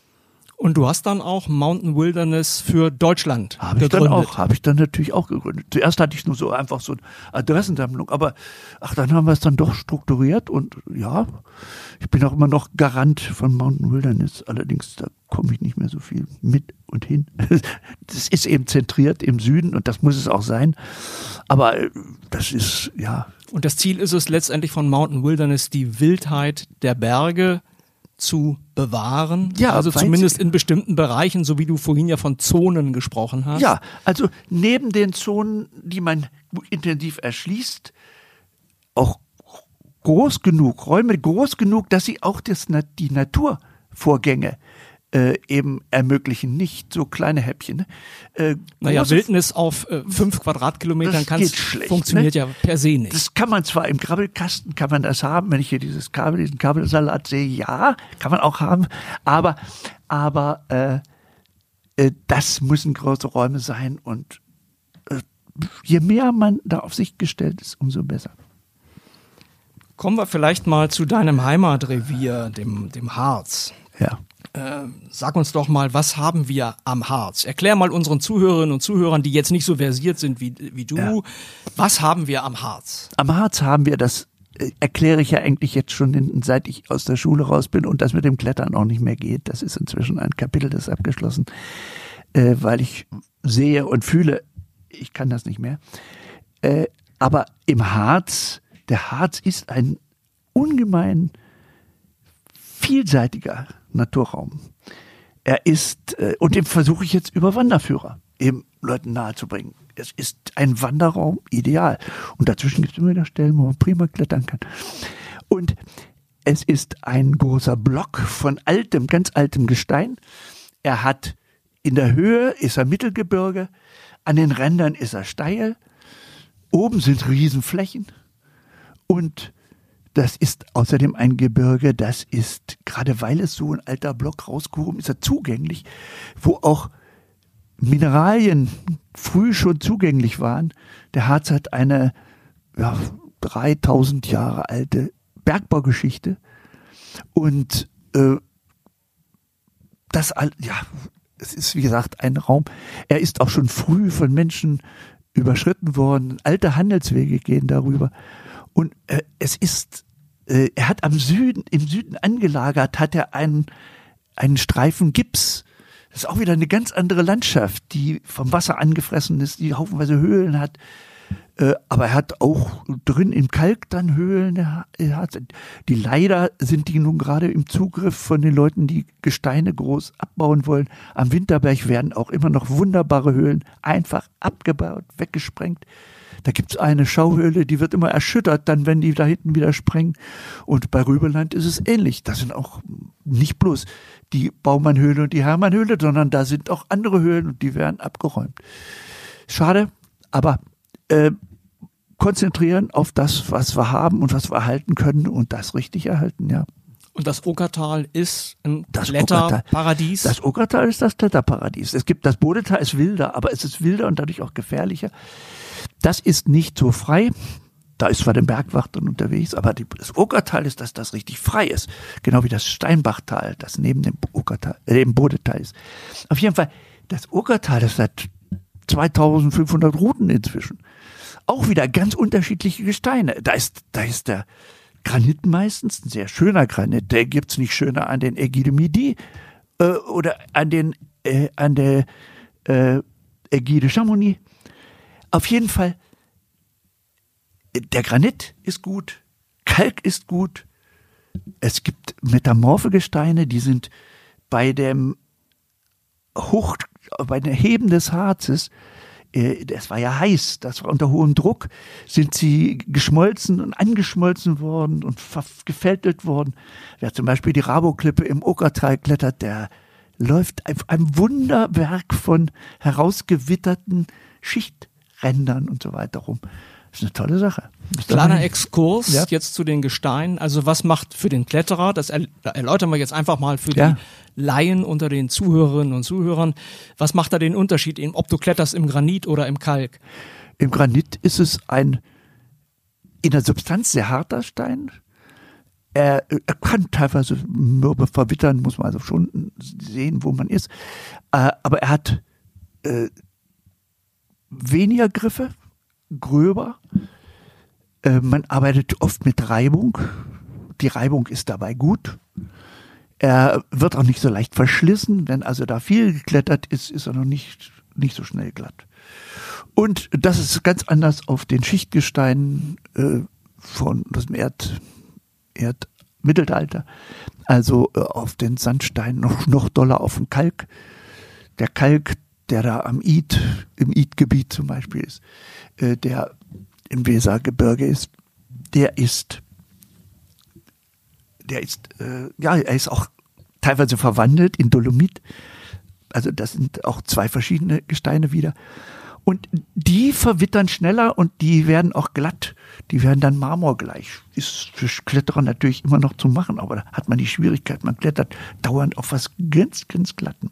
Und du hast dann auch Mountain Wilderness für Deutschland
Habe ich dann auch, habe ich dann natürlich auch gegründet. Zuerst hatte ich nur so einfach so eine Adressensammlung, aber ach, dann haben wir es dann doch strukturiert und ja, ich bin auch immer noch Garant von Mountain Wilderness. Allerdings, da komme ich nicht mehr so viel mit und hin. Das ist eben zentriert im Süden und das muss es auch sein. Aber das ist, ja.
Und das Ziel ist es letztendlich von Mountain Wilderness, die Wildheit der Berge zu bewahren,
ja,
also zumindest in bestimmten Bereichen, so wie du vorhin ja von Zonen gesprochen hast.
Ja, also neben den Zonen, die man intensiv erschließt, auch groß genug, Räume groß genug, dass sie auch das, die Naturvorgänge äh, eben ermöglichen, nicht so kleine Häppchen. Äh,
naja, Wildnis auf äh, fünf Quadratkilometern kannst, schlecht, funktioniert ne? ja per se nicht.
Das kann man zwar im Grabbelkasten, kann man das haben, wenn ich hier dieses Kabel, diesen Kabelsalat sehe, ja, kann man auch haben, aber, aber äh, äh, das müssen große Räume sein und äh, je mehr man da auf sich gestellt ist, umso besser.
Kommen wir vielleicht mal zu deinem Heimatrevier, dem, dem Harz.
Ja.
Äh, sag uns doch mal, was haben wir am Harz? Erklär mal unseren Zuhörerinnen und Zuhörern, die jetzt nicht so versiert sind wie, wie du, ja. Was haben wir am Harz?
Am Harz haben wir, das äh, erkläre ich ja eigentlich jetzt schon, in, seit ich aus der Schule raus bin und das mit dem Klettern auch nicht mehr geht. Das ist inzwischen ein Kapitel, das ist abgeschlossen, äh, weil ich sehe und fühle, ich kann das nicht mehr. Äh, aber im Harz, der Harz ist ein ungemein vielseitiger Naturraum. Er ist, äh, und dem versuche ich jetzt über Wanderführer eben Leuten nahezubringen. Es ist ein Wanderraum ideal. Und dazwischen gibt es immer wieder Stellen, wo man prima klettern kann. Und es ist ein großer Block von altem, ganz altem Gestein. Er hat in der Höhe ist er Mittelgebirge, an den Rändern ist er steil, oben sind Riesenflächen und das ist außerdem ein Gebirge, das ist, gerade weil es so ein alter Block rausgehoben ist, er zugänglich, wo auch Mineralien früh schon zugänglich waren. Der Harz hat eine ja, dreitausend Jahre alte Bergbaugeschichte und äh, das, ja, es ist wie gesagt ein Raum. Er ist auch schon früh von Menschen überschritten worden. Alte Handelswege gehen darüber. Und äh, es ist, äh, er hat am Süden, im Süden angelagert, hat er einen, einen Streifen Gips. Das ist auch wieder eine ganz andere Landschaft, die vom Wasser angefressen ist, die haufenweise Höhlen hat. Äh, aber er hat auch drin im Kalk dann Höhlen. Er hat, die leider sind die nun gerade im Zugriff von den Leuten, die Gesteine groß abbauen wollen. Am Winterberg werden auch immer noch wunderbare Höhlen einfach abgebaut, weggesprengt. Da gibt's eine Schauhöhle, die wird immer erschüttert, dann wenn die da hinten wieder sprengen. Und bei Rübeland ist es ähnlich. Das sind auch nicht bloß die Baumannhöhle und die Hermannhöhle, sondern da sind auch andere Höhlen und die werden abgeräumt. Schade, aber äh, konzentrieren auf das, was wir haben und was wir erhalten können und das richtig erhalten, ja.
Und das Okertal ist ein das Kletterparadies?
Das Okertal ist das Kletterparadies. Es gibt, das Bodetal ist wilder, aber es ist wilder und dadurch auch gefährlicher. Das ist nicht so frei. Da ist zwar der Bergwacht dann unterwegs, aber die, das Okertal ist das, das richtig frei ist. Genau wie das Steinbachtal, das neben dem Okertal, äh, dem Bodetal ist. Auf jeden Fall, das Okertal, das hat zweitausendfünfhundert Routen inzwischen. Auch wieder ganz unterschiedliche Gesteine. Da ist, da ist der Granit meistens, ein sehr schöner Granit. Der gibt's nicht schöner an den Ägide Midi äh, oder an den äh, an der äh, Ägide Chamonix. Auf jeden Fall, der Granit ist gut, Kalk ist gut. Es gibt metamorphe Gesteine, die sind bei dem Hoch, bei dem Heben des Harzes Es war ja heiß, das war unter hohem Druck, sind sie geschmolzen und angeschmolzen worden und gefältelt worden. Wer zum Beispiel die Rabo-Klippe im Okertal klettert, der läuft auf einem Wunderwerk von herausgewitterten Schichträndern und so weiter rum. Das ist eine tolle Sache.
Kleiner Exkurs
ja.
jetzt zu den Gesteinen. Also was macht für den Kletterer, das erläutern wir jetzt einfach mal für
ja.
die Laien unter den Zuhörerinnen und Zuhörern, was macht da den Unterschied, ob du kletterst im Granit oder im Kalk?
Im Granit ist es ein in der Substanz sehr harter Stein. Er, er kann teilweise mürbe verwittern, muss man also schon sehen, wo man ist. Äh, aber er hat äh, weniger Griffe, gröber. Äh, man arbeitet oft mit Reibung. Die Reibung ist dabei gut. Er wird auch nicht so leicht verschlissen. Wenn also da viel geklettert ist, ist er noch nicht, nicht so schnell glatt. Und das ist ganz anders auf den Schichtgesteinen äh, von dem Erd, Erdmittelalter. Also äh, auf den Sandsteinen noch, noch doller auf dem Kalk. Der Kalk, der da am Id, im Id-Gebiet zum Beispiel ist, äh, der im Wesergebirge ist, der ist, der ist, äh, ja, er ist auch teilweise verwandelt in Dolomit. Also das sind auch zwei verschiedene Gesteine wieder. Und die verwittern schneller und die werden auch glatt. Die werden dann marmorgleich. Ist für Kletterer natürlich immer noch zu machen, aber da hat man die Schwierigkeit, man klettert dauernd auf was ganz, ganz Glatten.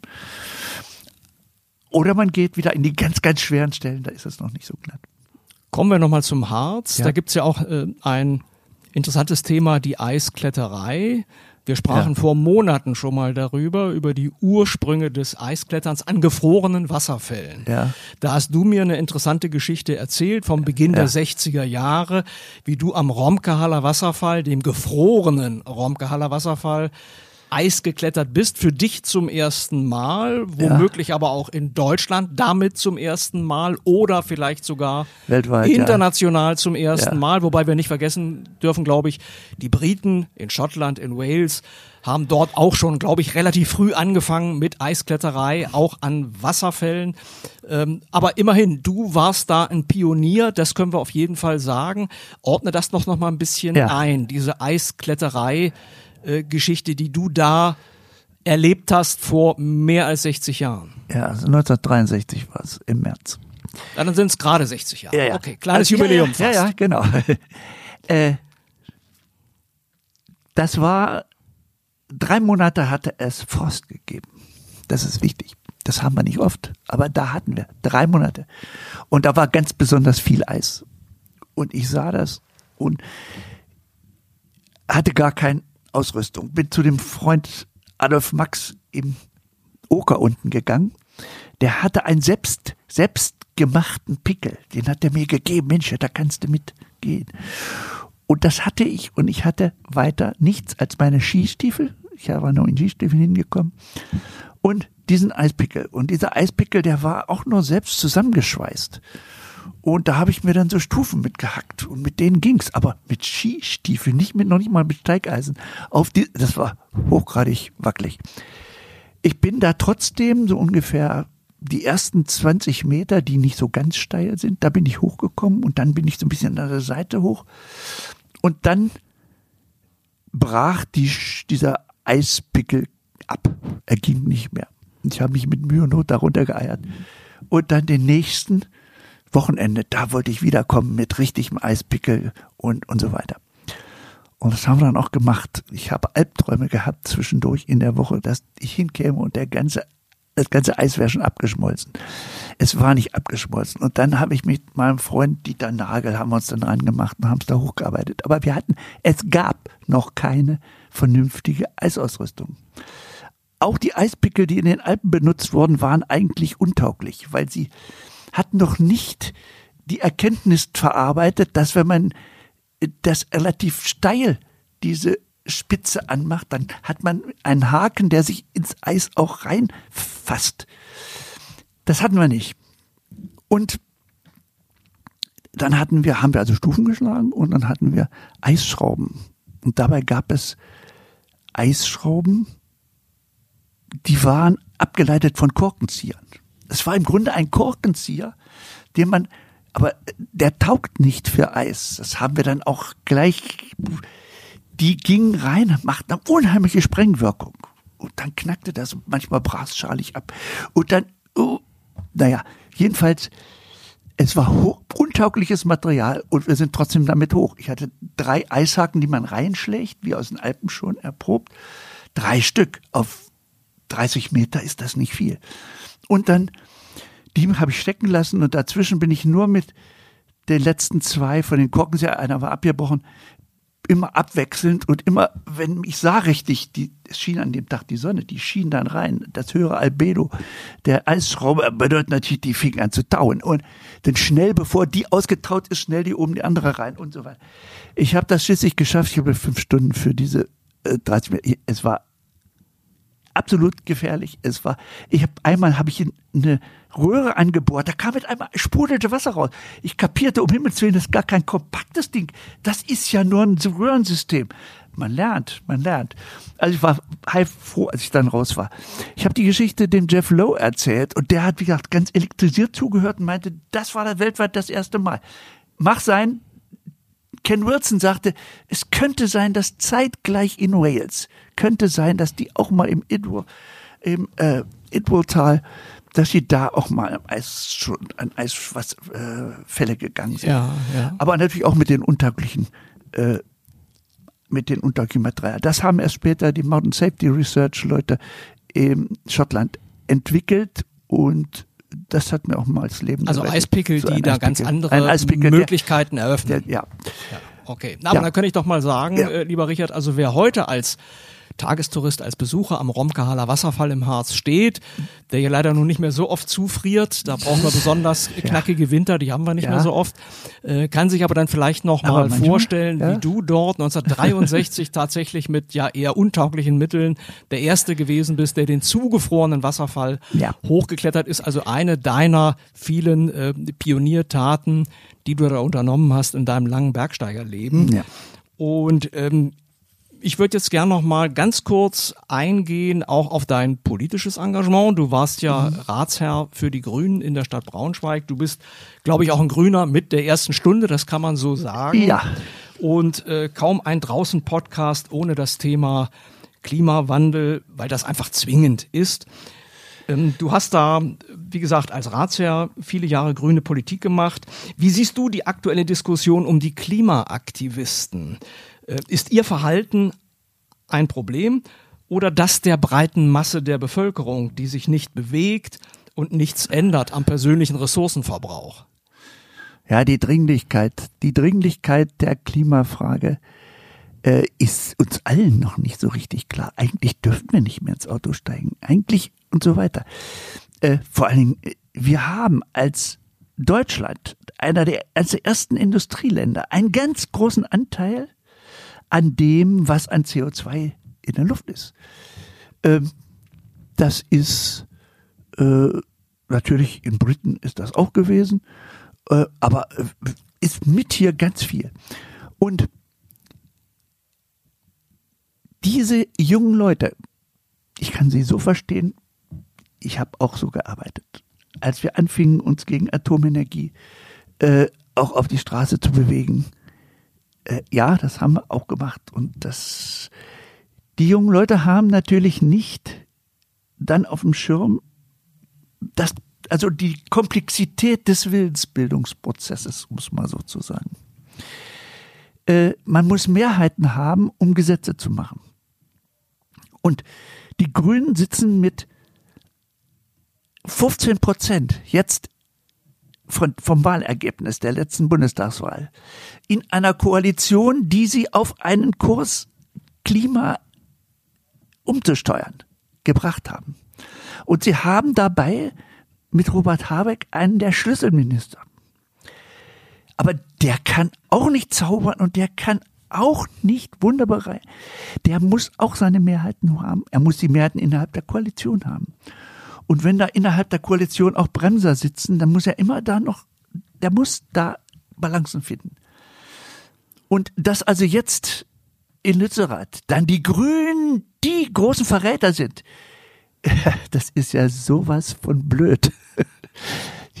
Oder man geht wieder in die ganz, ganz schweren Stellen, da ist es noch nicht so glatt.
Kommen wir nochmal zum Harz.
Ja.
Da gibt's ja auch äh, ein interessantes Thema, die Eiskletterei. Wir sprachen ja. vor Monaten schon mal darüber, über die Ursprünge des Eiskletterns an gefrorenen Wasserfällen.
Ja.
Da hast du mir eine interessante Geschichte erzählt vom Beginn ja. der sechziger Jahre, wie du am Romkehaller Wasserfall, dem gefrorenen Romkehaller Wasserfall, Eis geklettert bist, für dich zum ersten Mal, womöglich ja. aber auch in Deutschland damit zum ersten Mal oder vielleicht sogar
weltweit
international
ja.
zum ersten
ja.
Mal, wobei wir nicht vergessen dürfen, glaube ich, die Briten in Schottland, in Wales haben dort auch schon, glaube ich, relativ früh angefangen mit Eiskletterei, auch an Wasserfällen. Ähm, aber immerhin, du warst da ein Pionier, das können wir auf jeden Fall sagen. Ordne das noch, noch mal ein bisschen
ja.
ein, diese Eiskletterei Geschichte, die du da erlebt hast vor mehr als sechzig Jahren.
Ja, also neunzehnhundertdreiundsechzig war es im März.
Ja, dann sind es gerade sechzig Jahre.
Ja, ja.
Okay, kleines
also,
Jubiläum
ja, ja,
fast.
Ja, ja, genau. äh, das war, drei Monate hatte es Frost gegeben. Das ist wichtig. Das haben wir nicht oft, aber da hatten wir drei Monate. Und da war ganz besonders viel Eis. Und ich sah das und hatte gar keine Ausrüstung. Bin zu dem Freund Adolf Max im Oker unten gegangen. Der hatte einen selbst, selbstgemachten Pickel. Den hat er mir gegeben. Mensch, da kannst du mitgehen. Und das hatte ich. Und ich hatte weiter nichts als meine Skistiefel. Ich war noch in Skistiefeln hingekommen. Und diesen Eispickel. Und dieser Eispickel, der war auch nur selbst zusammengeschweißt. Und da habe ich mir dann so Stufen mitgehackt und mit denen ging's, aber mit Skistiefeln, nicht mit, noch nicht mal mit Steigeisen. Auf die, das war hochgradig wackelig. Ich bin da trotzdem so ungefähr die ersten zwanzig Meter, die nicht so ganz steil sind, da bin ich hochgekommen und dann bin ich so ein bisschen an der Seite hoch. Und dann brach die, dieser Eispickel ab. Er ging nicht mehr. Ich habe mich mit Mühe und Not darunter geeiert. Und dann den nächsten Wochenende, da wollte ich wiederkommen mit richtigem Eispickel und, und so weiter. Und das haben wir dann auch gemacht. Ich habe Albträume gehabt zwischendurch in der Woche, dass ich hinkäme und der ganze, das ganze Eis wäre schon abgeschmolzen. Es war nicht abgeschmolzen. Und dann habe ich mit meinem Freund Dieter Nagel, haben wir uns dann reingemacht und haben es da hochgearbeitet. Aber wir hatten, es gab noch keine vernünftige Eisausrüstung. Auch die Eispickel, die in den Alpen benutzt wurden, waren eigentlich untauglich, weil sie hatten noch nicht die Erkenntnis verarbeitet, dass wenn man das relativ steil, diese Spitze anmacht, dann hat man einen Haken, der sich ins Eis auch reinfasst. Das hatten wir nicht. Und dann hatten wir, haben wir also Stufen geschlagen und dann hatten wir Eisschrauben. Und dabei gab es Eisschrauben, die waren abgeleitet von Korkenziehern. Es war im Grunde ein Korkenzieher, den man, aber der taugt nicht für Eis. Das haben wir dann auch gleich, die gingen rein, machten eine unheimliche Sprengwirkung. Und dann knackte das und manchmal brach es schalig ab. Und dann, oh, naja, jedenfalls, es war hoch, untaugliches Material und wir sind trotzdem damit hoch. Ich hatte drei Eishaken, die man reinschlägt, wie aus den Alpen schon erprobt. Drei Stück auf dreißig Meter ist das nicht viel. Und dann, die habe ich stecken lassen und dazwischen bin ich nur mit den letzten zwei von den Korkenzieher, einer war abgebrochen, immer abwechselnd und immer, wenn ich sah richtig, die, es schien an dem Tag die Sonne, die schien dann rein, das höhere Albedo der Eisschraube bedeutet natürlich, die fing an zu tauen und dann schnell, bevor die ausgetaut ist, schnell die oben die andere rein und so weiter. Ich habe das schließlich geschafft, ich habe fünf Stunden für diese äh, dreißig Meter, es war absolut gefährlich. Es war, ich habe einmal habe ich eine Röhre angebohrt, da kam mit einmal sprudelte Wasser raus. Ich kapierte, um Himmels Willen, das ist gar kein kompaktes Ding. Das ist ja nur ein Röhrensystem. Man lernt, man lernt. Also ich war halb froh, als ich dann raus war. Ich habe die Geschichte dem Jeff Lowe erzählt und der hat, wie gesagt, ganz elektrisiert zugehört und meinte, das war da weltweit das erste Mal. Mach sein. Ken Wilson sagte, es könnte sein, dass zeitgleich in Wales, könnte sein, dass die auch mal im Idwal, im äh, Idwal-Tal, dass sie da auch mal an Eis, schon, an Eisfälle äh, gegangen sind.
Ja, ja.
Aber natürlich auch mit den untauglichen, äh, mit den untauglichen Materialien. Das haben erst später die Mountain Safety Research Leute in Schottland entwickelt und das hat mir auch mal das Leben
Also
gerettet.
Eispickel,
so
die da ganz andere
Eispickel,
Möglichkeiten
der,
eröffnen.
Der, ja.
ja. Okay, na, aber
ja.
dann könnte ich doch mal sagen,
ja.
äh, lieber Richard, also wer heute als Tagestourist, als Besucher am Romkehaler Wasserfall im Harz steht, der hier leider nun nicht mehr so oft zufriert, da brauchen wir besonders knackige ja. Winter, die haben wir nicht ja. mehr so oft, äh, kann sich aber dann vielleicht noch aber mal vorstellen, ja. wie du dort neunzehnhundertdreiundsechzig tatsächlich mit ja eher untauglichen Mitteln der Erste gewesen bist, der den zugefrorenen Wasserfall ja. hochgeklettert ist, also eine deiner vielen äh, Pioniertaten, die du da unternommen hast in deinem langen Bergsteigerleben. Ja. Und ähm, ich würde jetzt gerne noch mal ganz kurz eingehen, auch auf dein politisches Engagement. Du warst ja mhm. Ratsherr für die Grünen in der Stadt Braunschweig. Du bist, glaube ich, auch ein Grüner mit der ersten Stunde, das kann man so sagen.
Ja.
Und äh, kaum ein Draußen-Podcast ohne das Thema Klimawandel, weil das einfach zwingend ist. Ähm, du hast da, wie gesagt, als Ratsherr viele Jahre grüne Politik gemacht. Wie siehst du die aktuelle Diskussion um die Klimaaktivisten? Ist ihr Verhalten ein Problem oder das der breiten Masse der Bevölkerung, die sich nicht bewegt und nichts ändert am persönlichen Ressourcenverbrauch?
Ja, die Dringlichkeit, die Dringlichkeit der Klimafrage äh, ist uns allen noch nicht so richtig klar. Eigentlich dürfen wir nicht mehr ins Auto steigen. Eigentlich und so weiter. Äh, vor allen Dingen, wir haben als Deutschland, einer der als ersten Industrieländer, einen ganz großen Anteil an dem, was an C O zwei in der Luft ist. Ähm, das ist äh, natürlich in Briten ist das auch gewesen, äh, aber äh, ist mit hier ganz viel. Und diese jungen Leute, ich kann sie so verstehen, ich habe auch so gearbeitet, als wir anfingen, uns gegen Atomenergie äh, auch auf die Straße zu bewegen. Ja, das haben wir auch gemacht. Und das, die jungen Leute haben natürlich nicht dann auf dem Schirm, dass, also die Komplexität des Willensbildungsprozesses, um es mal so zu sagen. Äh, man muss Mehrheiten haben, um Gesetze zu machen. Und die Grünen sitzen mit fünfzehn Prozent jetzt Von, vom Wahlergebnis der letzten Bundestagswahl in einer Koalition, die sie auf einen Kurs Klima umzusteuern gebracht haben. Und sie haben dabei mit Robert Habeck einen der Schlüsselminister. Aber der kann auch nicht zaubern und der kann auch nicht wunderbar. Der muss auch seine Mehrheiten haben. Er muss die Mehrheiten innerhalb der Koalition haben. Und wenn da innerhalb der Koalition auch Bremser sitzen, dann muss er immer da noch, der muss da Balancen finden. Und dass also jetzt in Lützerath dann die Grünen die großen Verräter sind, das ist ja sowas von blöd. Die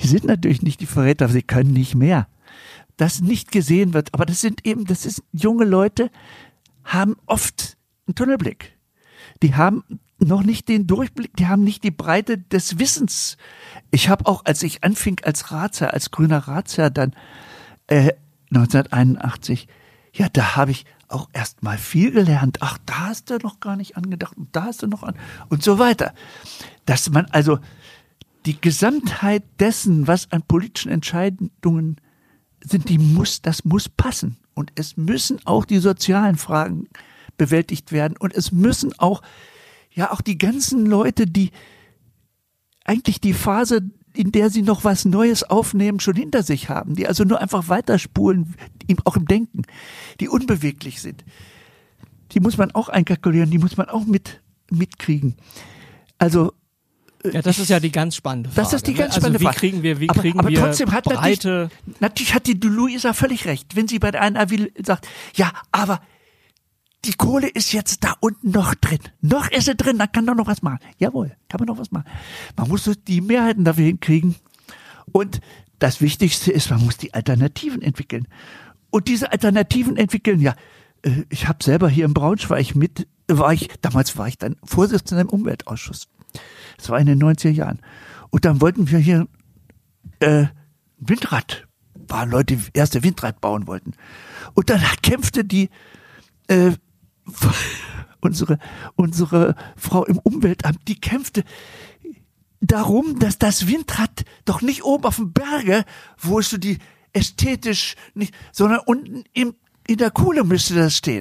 die sind natürlich nicht die Verräter, sie können nicht mehr. Das nicht gesehen wird, aber das sind eben, das ist junge Leute, haben oft einen Tunnelblick. Die haben noch nicht den Durchblick, die haben nicht die Breite des Wissens. Ich habe auch, als ich anfing als Ratsherr, als grüner Ratsherr dann äh, neunzehnhunderteinundachtzig, ja, da habe ich auch erst mal viel gelernt. Ach, da hast du noch gar nicht angedacht und da hast du noch an und so weiter. Dass man also die Gesamtheit dessen, was an politischen Entscheidungen sind, die muss, das muss passen. Und es müssen auch die sozialen Fragen bewältigt werden und es müssen auch, ja, auch die ganzen Leute, die eigentlich die Phase, in der sie noch was Neues aufnehmen, schon hinter sich haben, die also nur einfach weiterspulen, auch im Denken, die unbeweglich sind. Die muss man auch einkalkulieren, die muss man auch mit, mitkriegen. Also,
ja, das ist ja die ganz spannende Frage.
Das ist die ganz spannende
also, wie
Frage.
Kriegen wir, wie
aber,
kriegen
aber
wir
trotzdem hat
breite...
Natürlich, natürlich hat die Luisa völlig recht, wenn sie bei der einen A W sagt, ja, aber die Kohle ist jetzt da unten noch drin. Noch ist sie drin, dann kann man noch was machen. Jawohl, kann man noch was machen. Man muss die Mehrheiten dafür hinkriegen. Und das Wichtigste ist, man muss die Alternativen entwickeln. Und diese Alternativen entwickeln, ja, ich habe selber hier in Braunschweig mit, war ich, damals war ich dann Vorsitzender im Umweltausschuss. Das war in den neunziger Jahren. Und dann wollten wir hier äh, Windrad, waren Leute, die erste Windrad bauen wollten. Und dann kämpfte die äh, unsere unsere Frau im Umweltamt, die kämpfte darum, dass das Windrad doch nicht oben auf dem Berge, wo es so die ästhetisch nicht, sondern unten im, in der Kuhle müsste das stehen.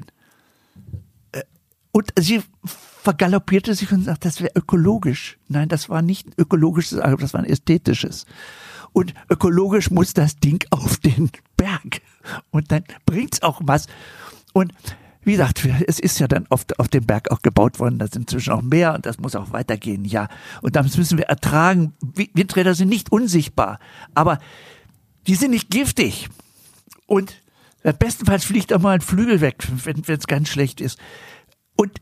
Und sie vergaloppierte sich und sagte, das wäre ökologisch. Nein, das war nicht ein ökologisches, das war ein ästhetisches. Und ökologisch muss das Ding auf den Berg. Und dann bringt's auch was. Und wie gesagt, es ist ja dann oft auf dem Berg auch gebaut worden, da sind inzwischen auch mehr und das muss auch weitergehen, ja. Und das müssen wir ertragen. Windräder sind nicht unsichtbar, aber die sind nicht giftig. Und bestenfalls fliegt auch mal ein Flügel weg, wenn es ganz schlecht ist. Und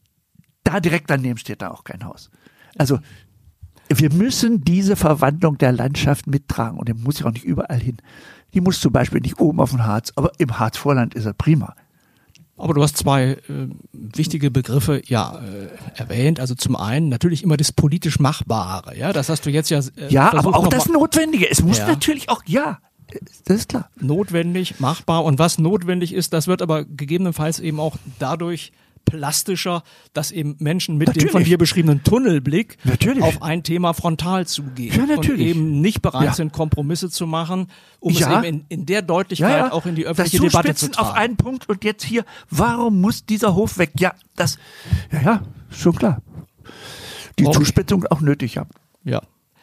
da direkt daneben steht da auch kein Haus. Also wir müssen diese Verwandlung der Landschaft mittragen und die muss ja auch nicht überall hin. Die muss zum Beispiel nicht oben auf dem Harz, aber im Harzvorland ist er prima.
Aber du hast zwei äh, wichtige Begriffe ja äh, erwähnt. Also zum einen natürlich immer das politisch Machbare. Ja, das hast du jetzt ja. Äh,
ja, aber auch das Notwendige. Es muss ja. natürlich auch ja, das ist klar.
Notwendig, machbar und was notwendig ist, das wird aber gegebenenfalls eben auch dadurch plastischer, dass eben Menschen mit
natürlich.
dem von dir beschriebenen Tunnelblick
natürlich.
auf ein Thema frontal zugehen
ja,
und eben nicht bereit
ja.
sind, Kompromisse zu machen, um
ja.
es eben in, in der Deutlichkeit
ja, ja.
auch in die öffentliche
das
Debatte zu tragen.
Auf einen Punkt und jetzt hier, warum muss dieser Hof weg? Ja, das, ja, ja, schon klar. Die
okay.
Zuspitzung auch nötig haben.
Ja.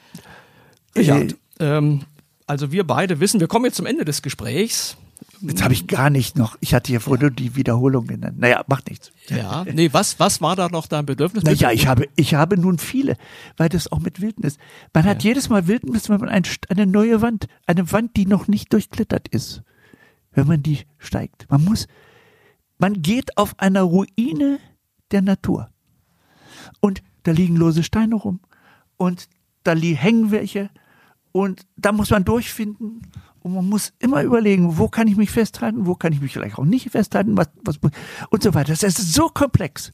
Richard, äh, ähm, also wir beide wissen, wir kommen jetzt zum Ende des Gesprächs.
Jetzt habe ich gar nicht noch, ich hatte hier vorhin nur die Wiederholung genannt. Naja, macht nichts.
Ja, nee, was, was war da noch dein Bedürfnis?
Naja, ich habe, ich habe nun viele, weil das auch mit Wildnis. Man hat ja. jedes Mal Wildnis, wenn man ein, eine neue Wand, eine Wand, die noch nicht durchklettert ist, wenn man die steigt. Man muss, man geht auf einer Ruine der Natur. Und da liegen lose Steine rum und da li- hängen welche und da muss man durchfinden. Und man muss immer überlegen, wo kann ich mich festhalten, wo kann ich mich vielleicht auch nicht festhalten, was, was, und so weiter. Das ist so komplex.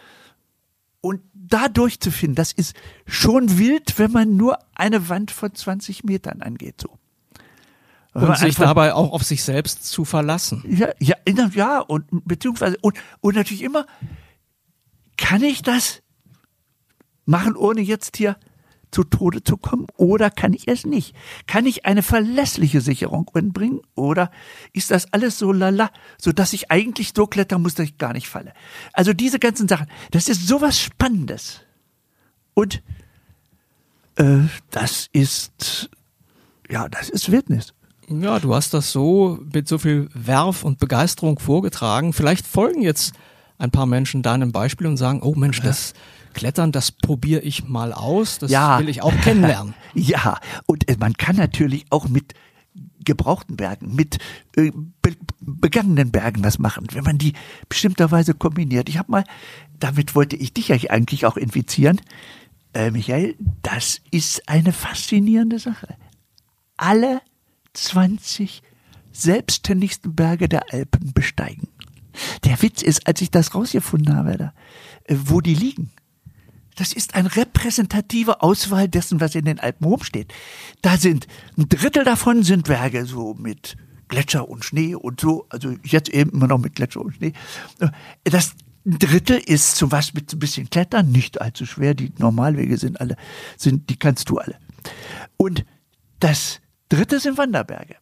Und da durchzufinden, das ist schon wild, wenn man nur eine Wand von zwanzig Metern angeht, so.
Und sich einfach, dabei auch auf sich selbst zu verlassen.
Ja, ja, ja, und, beziehungsweise, und, und natürlich immer, kann ich das machen, ohne jetzt hier zu Tode zu kommen, oder kann ich es nicht? Kann ich eine verlässliche Sicherung anbringen, oder ist das alles so lala, so dass ich eigentlich so klettern muss, dass ich gar nicht falle? Also diese ganzen Sachen, das ist sowas Spannendes. Und äh, das ist, ja, das ist Wildnis.
Ja, du hast das so mit so viel Werf und Begeisterung vorgetragen. Vielleicht folgen jetzt ein paar Menschen deinem Beispiel und sagen, oh Mensch, das Klettern, das probiere ich mal aus, das
ja.
will ich auch kennenlernen.
Ja, und äh, man kann natürlich auch mit gebrauchten Bergen, mit äh, be- begangenen Bergen was machen, wenn man die bestimmterweise kombiniert. Ich habe mal, damit wollte ich dich ja eigentlich auch infizieren, äh, Michael, das ist eine faszinierende Sache. alle zwanzig selbstständigsten Berge der Alpen besteigen. Der Witz ist, als ich das rausgefunden habe, da, wo die liegen, das ist eine repräsentative Auswahl dessen, was in den Alpen rumsteht. Da sind ein Drittel davon sind Berge so mit Gletscher und Schnee und so, also jetzt eben immer noch mit Gletscher und Schnee. Das Drittel ist zum Beispiel mit ein bisschen Klettern, nicht allzu schwer, die Normalwege sind alle, sind, die kannst du alle. Und das Dritte sind Wanderberge.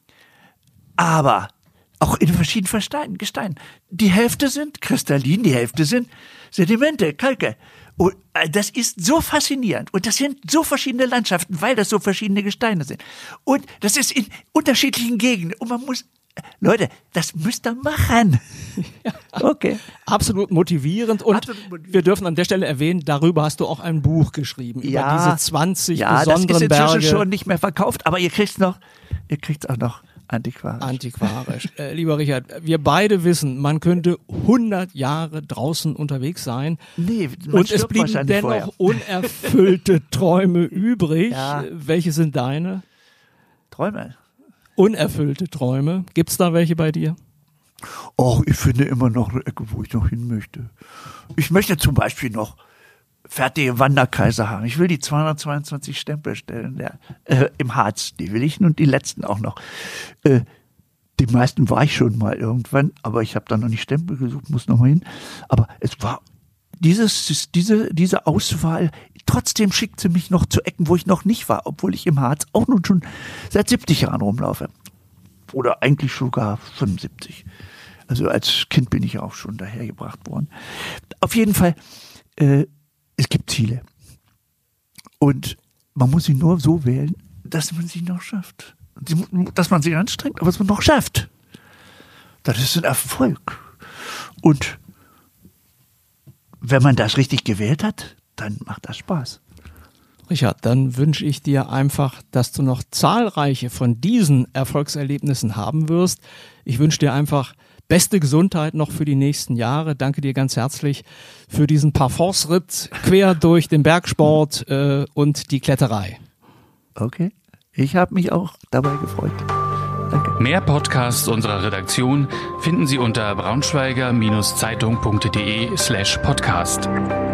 Aber auch in verschiedenen Gesteinen. Die Hälfte sind kristallin, die Hälfte sind Sedimente, Kalke. Und das ist so faszinierend. Und das sind so verschiedene Landschaften, weil das so verschiedene Gesteine sind. Und das ist in unterschiedlichen Gegenden. Und man muss, Leute, das müsst ihr machen. Okay.
Absolut motivierend. Und
Absolut motivierend.
Wir dürfen an der Stelle erwähnen, darüber hast du auch ein Buch geschrieben.
Ja,
über diese zwanzig
ja,
besonderen
das ist inzwischen
Berge.
schon nicht mehr verkauft, aber ihr kriegt's noch, ihr kriegt's auch noch antiquarisch.
Antiquarisch. äh, lieber Richard, wir beide wissen, man könnte hundert Jahre draußen unterwegs sein.
Nee, man
und es
stirbt
blieben
wahrscheinlich
dennoch
vorher.
unerfüllte Träume übrig.
Ja.
Welche sind deine?
Träume.
Unerfüllte Träume. Gibt's da welche bei dir?
Och, ich finde immer noch eine Ecke, wo ich noch hin möchte. Ich möchte zum Beispiel noch fertige Wanderkreise haben. Ich will die zweihundertzweiundzwanzig Stempel stellen der, äh, im Harz. Die will ich und die letzten auch noch. Äh, die meisten war ich schon mal irgendwann, aber ich habe da noch nicht Stempel gesucht, muss noch mal hin. Aber es war dieses, diese, diese Auswahl, trotzdem schickt sie mich noch zu Ecken, wo ich noch nicht war, obwohl ich im Harz auch nun schon seit siebzig Jahren rumlaufe. Oder eigentlich sogar fünfundsiebzig. Also als Kind bin ich ja auch schon dahergebracht worden. Auf jeden Fall, äh, es gibt Ziele. Und man muss sie nur so wählen, dass man sie noch schafft. Dass man sich anstrengt, aber dass man noch schafft. Das ist ein Erfolg. Und wenn man das richtig gewählt hat, dann macht das Spaß.
Richard, dann wünsche ich dir einfach, dass du noch zahlreiche von diesen Erfolgserlebnissen haben wirst. Ich wünsche dir einfach beste Gesundheit noch für die nächsten Jahre. Danke dir ganz herzlich für diesen Parforce-Ritt quer durch den Bergsport äh, und die Kletterei.
Okay, ich habe mich auch dabei gefreut. Danke.
Mehr Podcasts unserer Redaktion finden Sie unter braunschweiger-zeitung.de slash podcast.